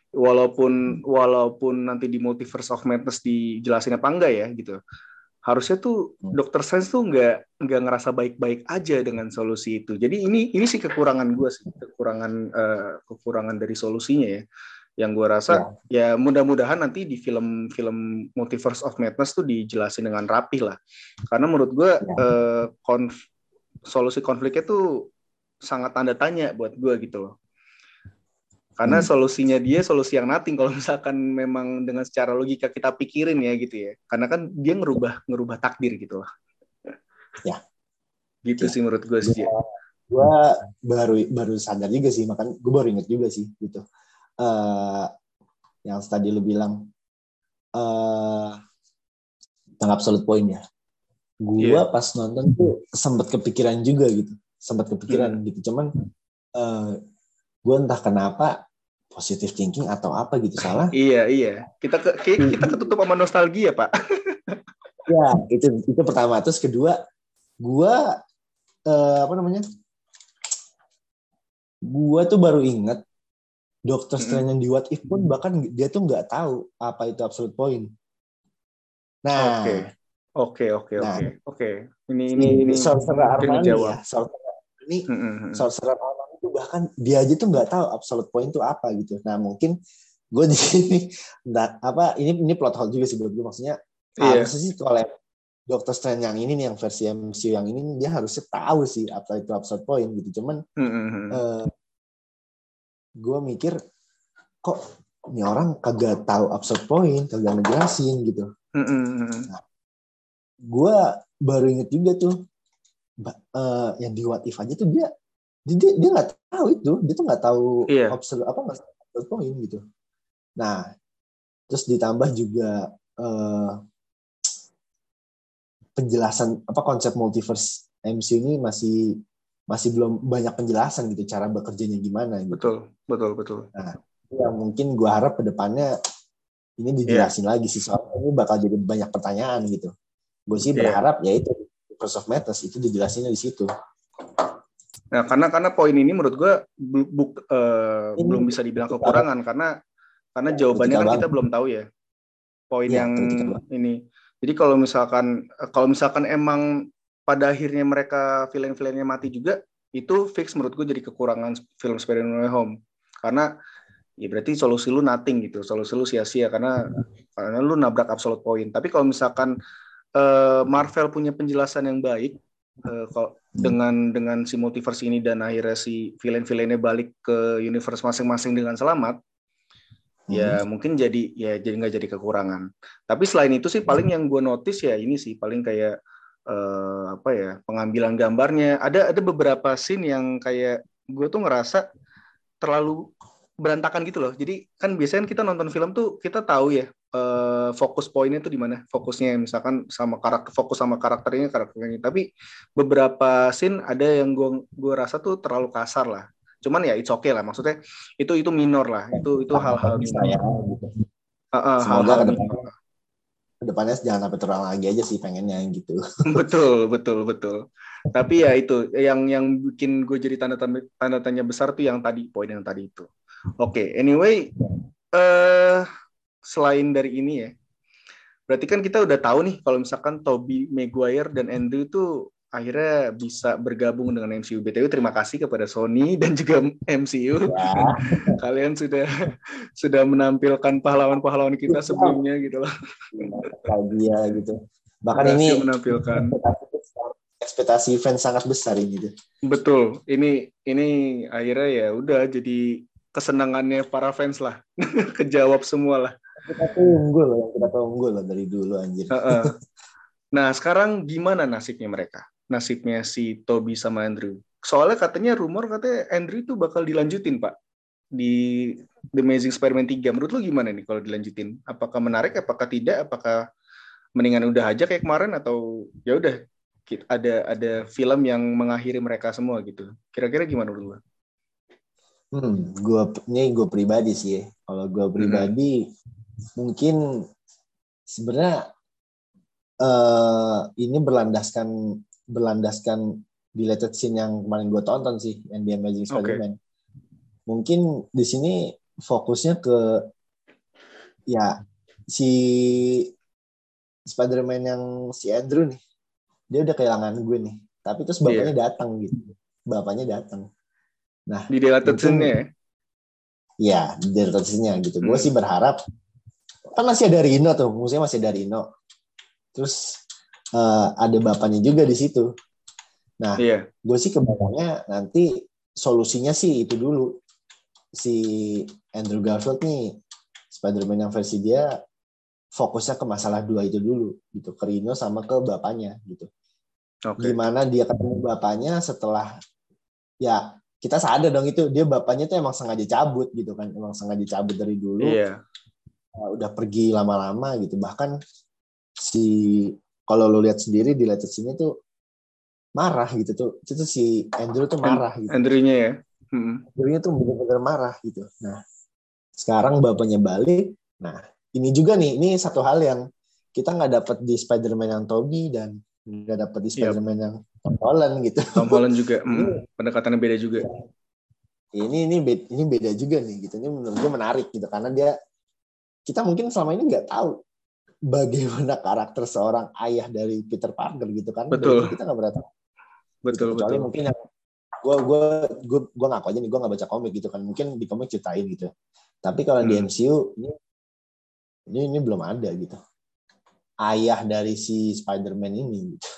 S1: Walaupun nanti di Multiverse of Madness dijelasin apa enggak ya gitu, harusnya tuh
S2: mm,
S1: Dokter Strange tuh nggak ngerasa baik-baik aja dengan solusi itu. Jadi ini sih kekurangan gue sih, kekurangan dari solusinya ya, yang gue rasa
S2: ya,
S1: ya mudah-mudahan nanti di film-film Multiverse of Madness tuh dijelasin dengan rapi lah, karena menurut gue
S2: ya.
S1: solusi konfliknya tuh sangat tanda tanya buat gue gitu loh. Karena solusinya dia solusi yang nothing kalau misalkan memang dengan secara logika kita pikirin ya gitu ya. Karena kan dia ngerubah takdir gitu lah.
S2: Ya.
S1: Gitu sih menurut gue sih.
S2: Gue baru sadar juga sih, makanya gue baru inget juga sih gitu. Yang tadi lu bilang tentang absolute point ya. Gue pas nonton tuh sempat kepikiran juga gitu. Gitu. Cuman gue entah kenapa positive thinking atau apa gitu salah.
S1: Iya. Kita ketutup sama nostalgia, Pak.
S2: Ya, itu pertama. Terus kedua, gue gue tuh baru inget Doctor Strange yang di What If pun bahkan dia tuh nggak tahu apa itu absolute point. Nah,
S1: Oke. Ini
S2: Sorcerer Armani ya.
S1: Mm-hmm.
S2: Sorcerer Armani itu bahkan dia aja tuh nggak tahu absolute point itu apa gitu. Nah, mungkin gue di sini ini plot hole juga sih buat gue, maksudnya harusnya sih kalau Doctor Strange yang ini nih, yang versi MCU yang ini, dia harusnya tahu sih apa itu absolute point gitu. Cuman gue mikir kok ini orang kagak tahu absolute point, kagak ngejelasin gitu. Nah, gue baru inget juga tuh yang di What If aja tuh dia nggak tahu itu, dia tuh nggak tahu absolute point gitu. Nah, terus ditambah juga penjelasan konsep multiverse MCU ini masih belum banyak penjelasan gitu, cara bekerjanya gimana gitu.
S1: Betul.
S2: Nah, yang mungkin gue harap ke depannya ini dijelasin lagi sih, soalnya ini bakal jadi banyak pertanyaan gitu. Gue sih berharap ya itu Multiverse of Madness itu dijelasinnya di situ.
S1: Nah, karena poin ini menurut gue belum bisa dibilang kekurangan karena jawabannya kan kita belum tahu ya. Poin yang ini. Jadi kalau misalkan emang pada akhirnya mereka villain-villainnya mati juga, itu fix menurut gue jadi kekurangan film Spider-Man No Way Home. Karena ya berarti solusi lu nothing gitu, solusi lu sia-sia karena lu nabrak absolute point. Tapi kalau misalkan Marvel punya penjelasan yang baik dengan si multiverse ini dan akhirnya si villain-villainnya balik ke universe masing-masing dengan selamat, ya mungkin jadi nggak jadi kekurangan. Tapi selain itu sih paling yang gue notice ya ini sih paling kayak pengambilan gambarnya. Ada beberapa scene yang kayak gue tuh ngerasa terlalu berantakan gitu loh. Jadi kan biasanya kita nonton film tuh kita tahu ya fokus poinnya tuh di mana. Fokusnya misalkan fokus sama karakternya. Tapi beberapa scene ada yang gue rasa tuh terlalu kasar lah. Cuman ya it's okay lah, maksudnya itu minor lah, itu hal-hal minor.
S2: Gitu. Semoga kedepannya jangan sampai terulang lagi aja sih pengennya gitu.
S1: Betul. Tapi ya itu yang bikin gue jadi tanda tanya besar tuh poin yang tadi itu. Oke, anyway, selain dari ini ya, berarti kan kita udah tahu nih kalau misalkan Tobey Maguire dan Andrew tuh akhirnya bisa bergabung dengan MCU. BTW terima kasih kepada Sony dan juga MCU. Ya. Kalian sudah menampilkan pahlawan-pahlawan kita sebelumnya gitu loh.
S2: Dia gitu. Bahkan
S1: berhasil
S2: ini
S1: menampilkan
S2: ekspektasi fans sangat besar ini gitu.
S1: Betul. Ini akhirnya ya udah jadi kesenangannya para fans lah. Kejawab semua lah.
S2: Kita tunggu loh dari dulu anjir.
S1: Nah, sekarang gimana nasibnya mereka? Nasibnya si Tobey sama Andrew. Soalnya katanya Andrew itu bakal dilanjutin, Pak. Di The Amazing Spider-Man 3. Menurut lo gimana nih kalau dilanjutin? Apakah menarik, apakah tidak? Apakah mendingan udah aja kayak kemarin atau ya udah ada film yang mengakhiri mereka semua gitu. Kira-kira gimana menurut lo?
S2: Gue pribadi sih ya. Kalau gue pribadi mungkin sebenarnya ini berlandaskan deleted scene yang kemarin gue tonton sih, yang The Amazing Spider-Man. Mungkin di sini fokusnya ke ya si Spider-Man yang si Andrew nih, dia udah kehilangan gue nih, tapi terus bapaknya datang gitu. Nah,
S1: di deleted scene-nya
S2: ya, di deleted scene-nya gitu. Gue sih berharap kan masih ada Rino tuh, musuhnya masih ada Rino. Terus ada bapaknya juga di situ. Nah, gue sih kebayangnya nanti solusinya sih itu dulu. si Andrew Garfield nih Spider-Man yang versi dia fokusnya ke masalah dua itu dulu gitu, ke Rino sama ke bapaknya gitu. Gimana dia ketemu bapaknya setelah ya kita sadar dong itu dia bapaknya tuh emang sengaja cabut gitu kan, emang sengaja cabut dari dulu.
S1: Iya.
S2: Udah pergi lama-lama gitu, bahkan si kalau lo lihat sendiri di letter sini tuh marah gitu tuh, itu si Andrew tuh marah gitu.
S1: Andrew-nya ya.
S2: Andrew-nya tuh benar-benar marah gitu. Nah sekarang bapaknya balik. Nah ini juga nih, ini satu hal yang kita nggak dapat di Spider-Man yang Tobey dan nggak dapat di Spider-Man yang Tom Holland gitu.
S1: Tom Holland juga, pendekatannya beda juga.
S2: Ini beda juga nih gitu. Ini menurut gue menarik gitu karena kita mungkin selama ini nggak tahu bagaimana karakter seorang ayah dari Peter Parker gitu kan.
S1: Betul.
S2: Kita nggak pernah tahu.
S1: Betul,
S2: gitu. Kecuali mungkin yang gue ngaku aja nih, gue nggak baca komik gitu kan. Mungkin di komik ceritain gitu. Tapi kalau di MCU ini belum ada gitu. Ayah dari si Spider-Man ini gitu.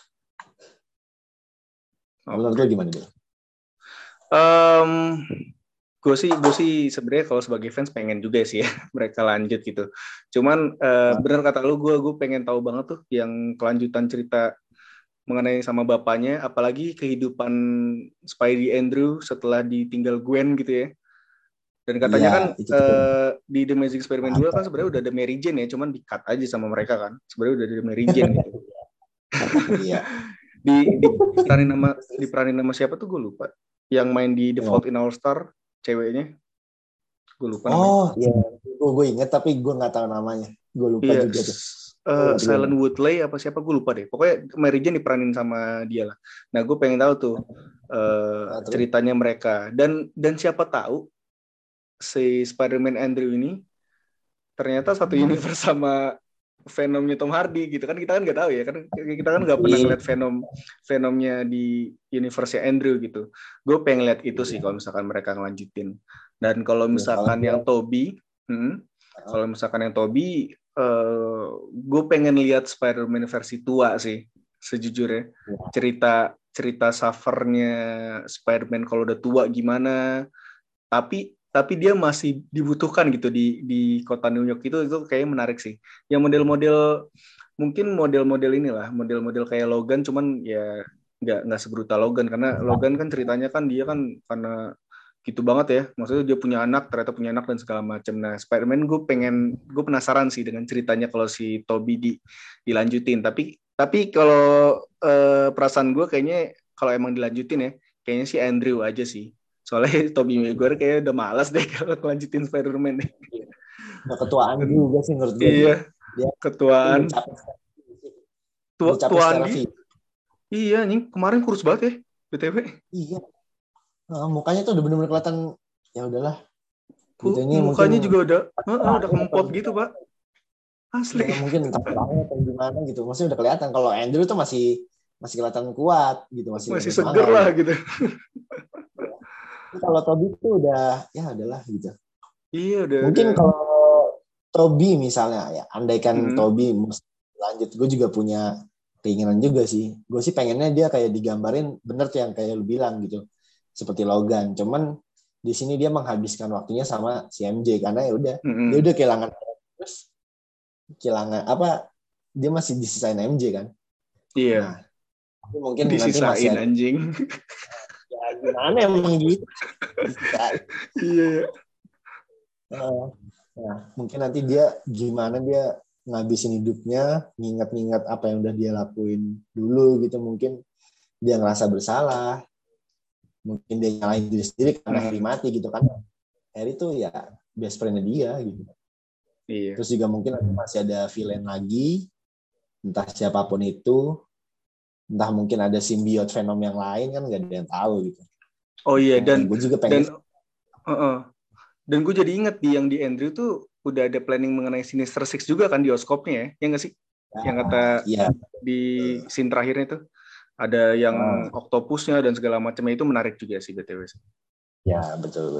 S2: Menurut lo gimana dia?
S1: Gue sih sebenarnya kalau sebagai fans pengen juga sih ya mereka lanjut gitu. Cuman benar kata lu, gue pengen tahu banget tuh yang kelanjutan cerita mengenai sama bapaknya, apalagi kehidupan Spidey Andrew setelah ditinggal Gwen gitu ya. Dan katanya kan di The Amazing Spider-Man 2 kan sebenarnya udah ada Mary Jane ya, cuman di-cut aja sama mereka kan. Sebenarnya udah ada Mary Jane gitu.
S2: Iya.
S1: Diperanin nama siapa tuh gue lupa. Yang main di The Fault in Our Star, ceweknya. Gue lupa namanya.
S2: Oh iya, gue inget tapi gue nggak tahu namanya. Gue lupa juga tuh.
S1: Silent Woodley apa siapa gue lupa deh. Pokoknya Mary Jane diperanin sama dia lah. Nah gue pengen tahu tuh ceritanya mereka. Dan siapa tahu si Spider-Man Andrew ini ternyata satu universe sama Venomnya Tom Hardy gitu kan, kita kan nggak tahu ya kan, kita kan nggak pernah ngeliat Venomnya di universe Andrew gitu. Gue pengen lihat itu sih kalau misalkan mereka ngelanjutin. Dan kalau misalkan yang Tobey, gue pengen lihat Spider-Man versi tua sih sejujurnya. Cerita suffernya Spider-Man kalau udah tua gimana, tapi dia masih dibutuhkan gitu di kota New York. Itu kayaknya menarik sih. Yang model-model inilah, model-model kayak Logan, cuman ya nggak sebrutal Logan, karena Logan kan ceritanya kan dia kan karena gitu banget ya. Maksudnya dia ternyata punya anak dan segala macam. Nah, Spider-Man gue penasaran sih dengan ceritanya kalau si Tobey dilanjutin. Tapi kalau perasaan gue kayaknya kalau emang dilanjutin ya, kayaknya si Andrew aja sih. Soalnya Tobey Maguire kayaknya udah malas deh kalau lanjutin Spider-Man nih.
S2: Udah ketuaan juga sih menurut gue.
S1: Iya, ketuaan.
S2: Tuaan dia.
S1: Iya, nih kemarin kurus banget ya, BTW.
S2: Iya. Mukanya tuh udah bener-bener kelihatan, ya udahlah.
S1: Gitu, ini mukanya mungkin, juga udah kempot gitu, Pak. Asli.
S2: Ya, mungkin entah perangnya atau gimana gitu. Maksudnya udah kelihatan. Kalau Andrew tuh masih kelihatan kuat gitu, masih
S1: seger lah gitu.
S2: Kalau Tobey tuh udah ya adalah gitu.
S1: Iya udah.
S2: Mungkin kalau Tobey misalnya ya, andaikan Tobey lanjut, gue juga punya keinginan juga sih. Gue sih pengennya dia kayak digambarin bener tuh yang kayak lu bilang gitu, seperti Logan. Cuman di sini dia menghabiskan waktunya sama si MJ karena ya udah dia udah kehilangan apa, dia masih disisain MJ kan.
S1: Iya.
S2: Nah, mungkin
S1: disisain
S2: nanti masih
S1: anjing.
S2: Ya gimana emang gitu.
S1: Iya.
S2: Nah, mungkin nanti dia gimana dia ngabisin hidupnya, ngingat-ngingat apa yang udah dia lakuin dulu gitu. Mungkin dia ngerasa bersalah, mungkin dia nyalahin diri sendiri karena Harry mati gitu kan. Harry tuh ya best friend-nya dia gitu.
S1: Iya.
S2: Terus juga mungkin masih ada villain lagi, entah siapapun itu, entah mungkin ada simbiot Venom yang lain kan nggak ada yang tahu gitu.
S1: Oh iya, dan
S2: gue juga pengen
S1: dan gue jadi inget yang di Andrew tuh udah ada planning mengenai Sinister Six juga kan di bioskopnya ya nggak sih? Yang kata di scene terakhirnya tuh ada yang oktopusnya dan segala macamnya, itu menarik juga sih BTW.
S2: Ya betul.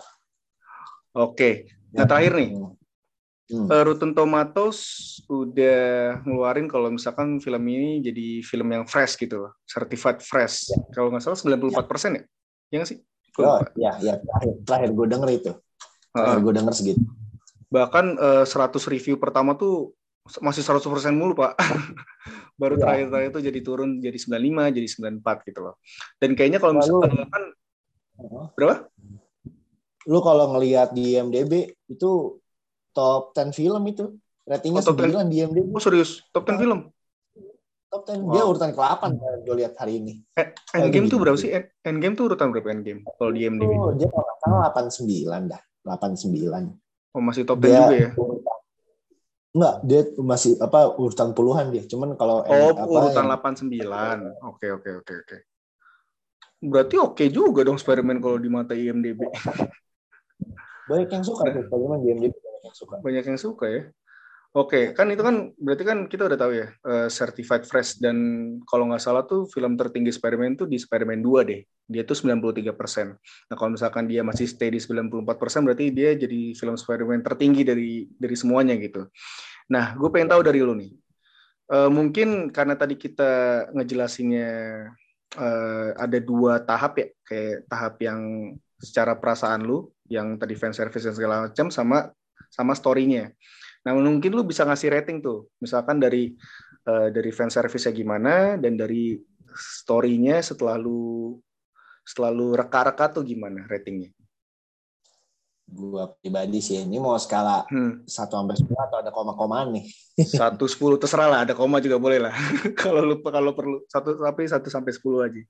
S1: Oke. Nah terakhir nih, Rotten Tomatoes udah ngeluarin kalau misalkan film ini jadi film yang fresh gitu, certified fresh. Kalau nggak salah 94% ya? Ya nggak sih?
S2: Oh ya terakhir gue denger itu. Terakhir gue denger segitu.
S1: Bahkan 100 review pertama tuh masih 100% mulu, Pak. Baru terakhir-terakhir itu jadi turun jadi 95, jadi 94 gitu loh. Dan kayaknya kalau misalkan kan berapa?
S2: Lu kalau ngelihat di IMDb itu top 10 film itu. Ratingnya 9 di IMDb.
S1: Oh serius? Top 10 film?
S2: Top 10. Dia urutan ke-8 gue lihat hari ini.
S1: Endgame tuh berapa sih? Endgame tuh urutan berapa Endgame? Kalau di IMDb?
S2: Dia kalau nggak salah 89 dah. 89.
S1: Oh masih top 10 juga ya?
S2: Enggak, dia masih urutan puluhan dia. Cuman kalau
S1: urutan 89. Oke. Berarti oke juga dong Spider-Man kalau di mata IMDb.
S2: Banyak yang suka tuh Spider-Man di IMDb,
S1: banyak yang suka ya. Oke, kan itu kan berarti kan kita udah tahu ya, certified fresh, dan kalau nggak salah tuh film tertinggi Spider-Man tuh di Spider-Man 2 deh. Dia tuh 93%. Nah, kalau misalkan dia masih stay di 94%, berarti dia jadi film Spider-Man tertinggi dari semuanya gitu. Nah, gue pengen tahu dari lu nih. Mungkin karena tadi kita ngejelasinnya ada 2 tahap ya, kayak tahap yang secara perasaan lu, yang tadi fan service dan segala macam, sama story-nya. Nah, mungkin lu bisa ngasih rating tuh, misalkan dari fan service-nya gimana, dan dari story-nya setelah lu reka-reka tuh gimana ratingnya?
S2: Gua pribadi sih, ini mau skala 1 sampai 10 atau ada koma-komaan nih?
S1: 1-10 terserah lah, ada koma juga boleh lah. kalau perlu 1 sampai 10 aja.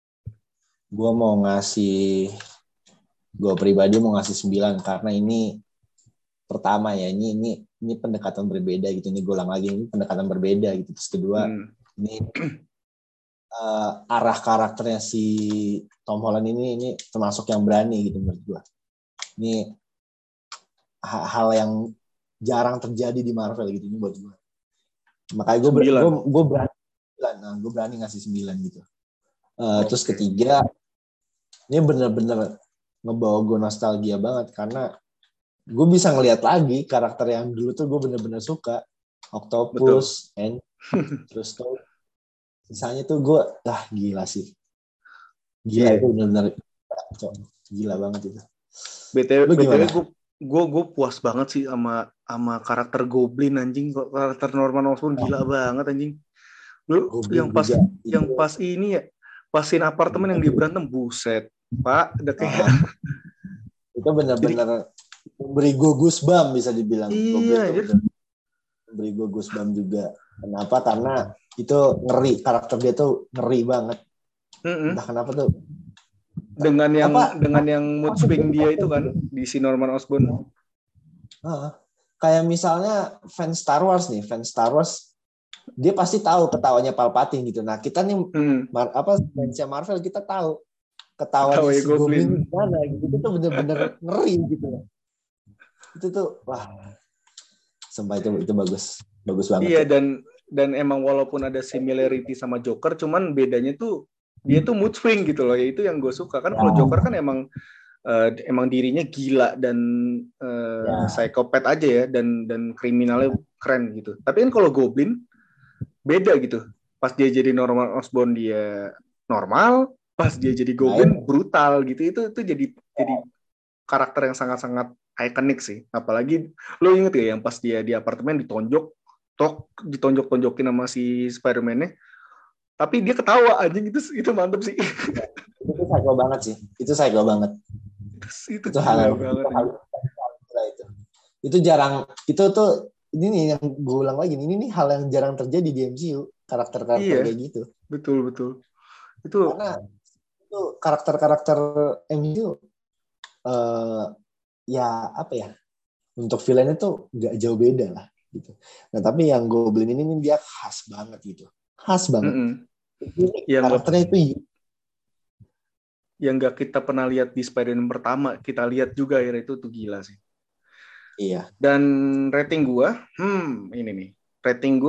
S2: Gua pribadi mau ngasih 9 karena ini pertama ya, ini pendekatan berbeda gitu. Ini gue ulang lagi, ini pendekatan berbeda gitu. Terus kedua, ini arah karakternya si Tom Holland ini termasuk yang berani gitu menurut gue. Ini hal yang jarang terjadi di Marvel gitu ini buat gue. Makanya gue berani ngasih 9 gitu. Terus ketiga, ini bener-bener ngebawa gue nostalgia banget karena gue bisa ngelihat lagi karakter yang dulu tuh gue bener-bener suka. Octopus, terus tuh sisanya tuh gue gila sih. Gila itu bener-bener gila banget itu.
S1: BTW gue puas banget sih sama karakter Goblin anjing. Karakter Norman Osborn gila banget anjing. Lu Goblin yang pas ini ya, pasin apartemen yang dia berantem, buset Pak, udah kayak
S2: itu bener-bener beri gue goosebump bisa dibilang.
S1: Iya,
S2: beri gue goosebump juga. Kenapa? Karena itu ngeri, karakter dia tuh ngeri banget. Entah kenapa tuh.
S1: Dengan yang mood swing dia itu kan di si Norman Osborn.
S2: Kayak misalnya fans Star Wars dia pasti tahu ketawanya Palpatine gitu. Nah kita nih fansnya Marvel kita tahu ketawanya si Goblin gimana gitu. Itu tuh bener-bener ngeri gitu. Itu tuh sumpah itu bagus banget.
S1: Iya, dan emang walaupun ada similarity sama Joker, cuman bedanya tuh dia tuh mood swing gitu loh. Itu yang gue suka kan. Kalau Joker kan emang dirinya gila dan psikopat aja ya, dan kriminalnya keren gitu. Tapi kan kalau Goblin beda gitu. Pas dia jadi Norman Osborn dia normal, pas dia jadi Goblin brutal gitu. Itu jadi karakter yang sangat-sangat ikonik sih. Apalagi lo inget ya yang pas dia di apartemen ditonjok-tonjokin sama si Spider-Man-nya. Tapi dia ketawa anjing, itu mantep sih.
S2: Itu psycho banget sih. Itu psycho banget.
S1: Itu hal banget.
S2: Itu jarang. Itu tuh ini nih yang gue ulang lagi. Ini nih hal yang jarang terjadi di MCU. Karakter-karakter kayak gitu.
S1: Betul. Itu
S2: karena itu karakter-karakter MCU ya apa ya, untuk villain itu nggak jauh beda lah gitu. Nah tapi yang Goblin ini dia khas banget gitu, khas banget. Karakternya itu
S1: yang nggak kita pernah lihat di Spider-Man pertama, kita lihat juga akhirnya itu tuh gila sih.
S2: Iya.
S1: Dan rating gue, ini nih, rating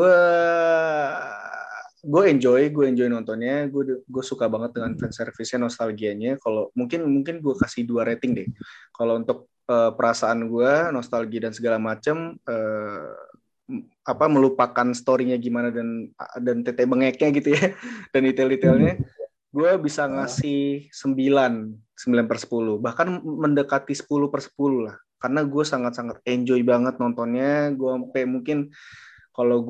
S1: gue enjoy nontonnya. Gue suka banget dengan fan service-nya, nostalgianya. Kalau mungkin gue kasih 2 rating deh. Kalau untuk perasaan gue, nostalgia dan segala macam, melupakan story-nya gimana dan tete bengeknya gitu ya, dan detail-detailnya, gue bisa ngasih 9 9/10, bahkan mendekati 10/10 lah. Karena gue sangat-sangat enjoy banget nontonnya. Gue sampai mungkin kalau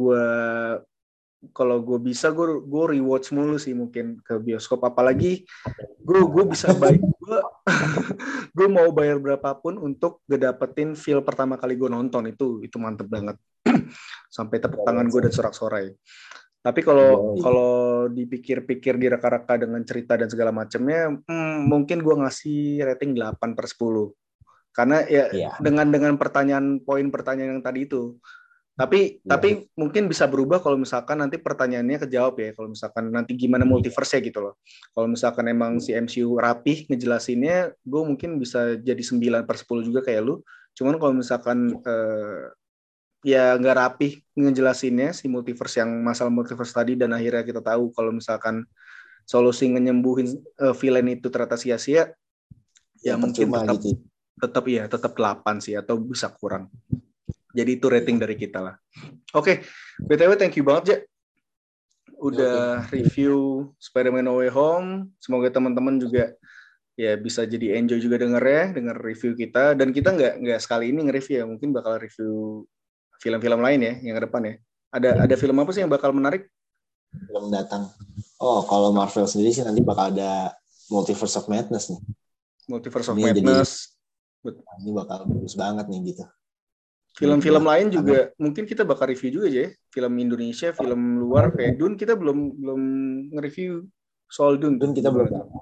S1: gue bisa gue rewatch mulu sih mungkin ke bioskop. Apalagi gue bisa baik gue mau bayar berapapun untuk dapetin feel pertama kali gue nonton itu mantep banget. Sampai tepuk tangan gue dan sorak-sorai. Tapi kalau dipikir-pikir direka-reka dengan cerita dan segala macamnya, mungkin gue ngasih rating 8/10. Karena dengan poin pertanyaan yang tadi itu. Tapi mungkin bisa berubah kalau misalkan nanti pertanyaannya kejawab ya. Kalau misalkan nanti gimana multiverse-nya gitu loh. Kalau misalkan emang si MCU rapih ngejelasinnya, gue mungkin bisa jadi 9/10 juga kayak lu. Cuman kalau misalkan ya nggak rapih ngejelasinnya si multiverse yang masalah multiverse tadi, dan akhirnya kita tahu kalau misalkan solusi nyembuhin villain itu ternyata sia-sia, ya mungkin tetap 8 sih atau bisa kurang. Jadi itu rating dari kita lah. Oke, BTW thank you banget ya udah review Spider-Man No Way Home. Semoga teman-teman juga ya bisa jadi enjoy juga denger review kita, dan kita nggak sekali ini nge-review ya, mungkin bakal review film-film lain ya yang ke depan ya. Ada film apa sih yang bakal menarik?
S2: Film datang. Oh, kalau Marvel sendiri sih nanti bakal ada Multiverse of Madness nih.
S1: Multiverse of Madness.
S2: Ini bakal bagus banget nih gitu.
S1: Film-film lain juga mungkin kita bakal review juga aja ya. Film Indonesia, film luar kayak Dune, kita belum nge-review soal Dune.
S2: Dune kita belum.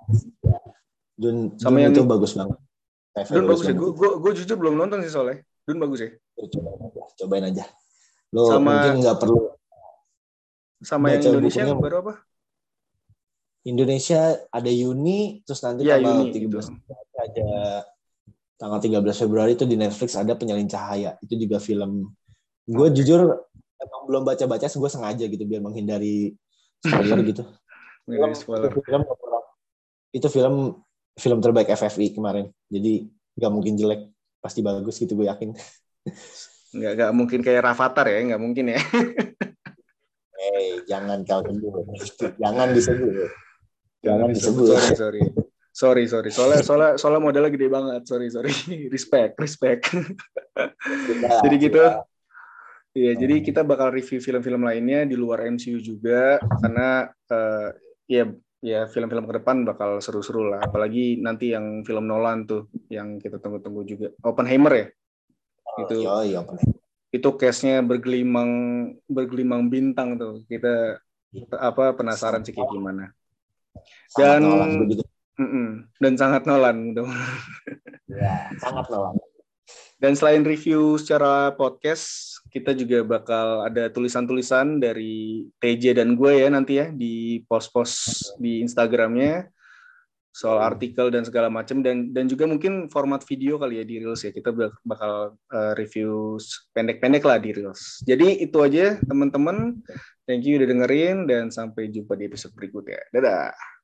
S2: Dune itu bagus banget.
S1: Dune bagus ya. Gue jujur belum nonton sih soalnya. Dune bagus ya.
S2: Cobain aja. Lo mungkin nggak perlu.
S1: Sama yang Indonesia yang baru apa?
S2: Indonesia ada Yuni, terus nanti tanggal 13 ada tanggal 13 Februari itu di Netflix ada Penyalin Cahaya. Itu juga film. Gue jujur emang belum baca-baca, gue sengaja gitu biar menghindari spoiler gitu. Itu film terbaik FFI kemarin. Jadi nggak mungkin jelek, pasti bagus gitu gue yakin.
S1: Nggak mungkin kayak Rafathar ya, nggak mungkin ya.
S2: Jangan kau dulu. Jangan disebut. Jangan disebut.
S1: Sorry. Soalnya modalnya gede banget. Sorry. Respect. Jadi gitu. Iya, jadi kita bakal review film-film lainnya di luar MCU juga, karena ya film-film ke depan bakal seru-seru lah. Apalagi nanti yang film Nolan tuh yang kita tunggu-tunggu juga. Oppenheimer ya. Itu case-nya bergelimang bintang tuh. Kita penasaran sih kayak gimana. Dan sangat Nolan.
S2: Ya, sangat Nolan.
S1: Dan selain review secara podcast, kita juga bakal ada tulisan-tulisan dari TJ dan gue ya nanti ya di post-post di Instagramnya soal artikel dan segala macam, dan juga mungkin format video kali ya di Reels ya. Kita bakal review pendek-pendek lah di Reels. Jadi itu aja teman-teman. Thank you udah dengerin dan sampai jumpa di episode berikutnya. Dadah.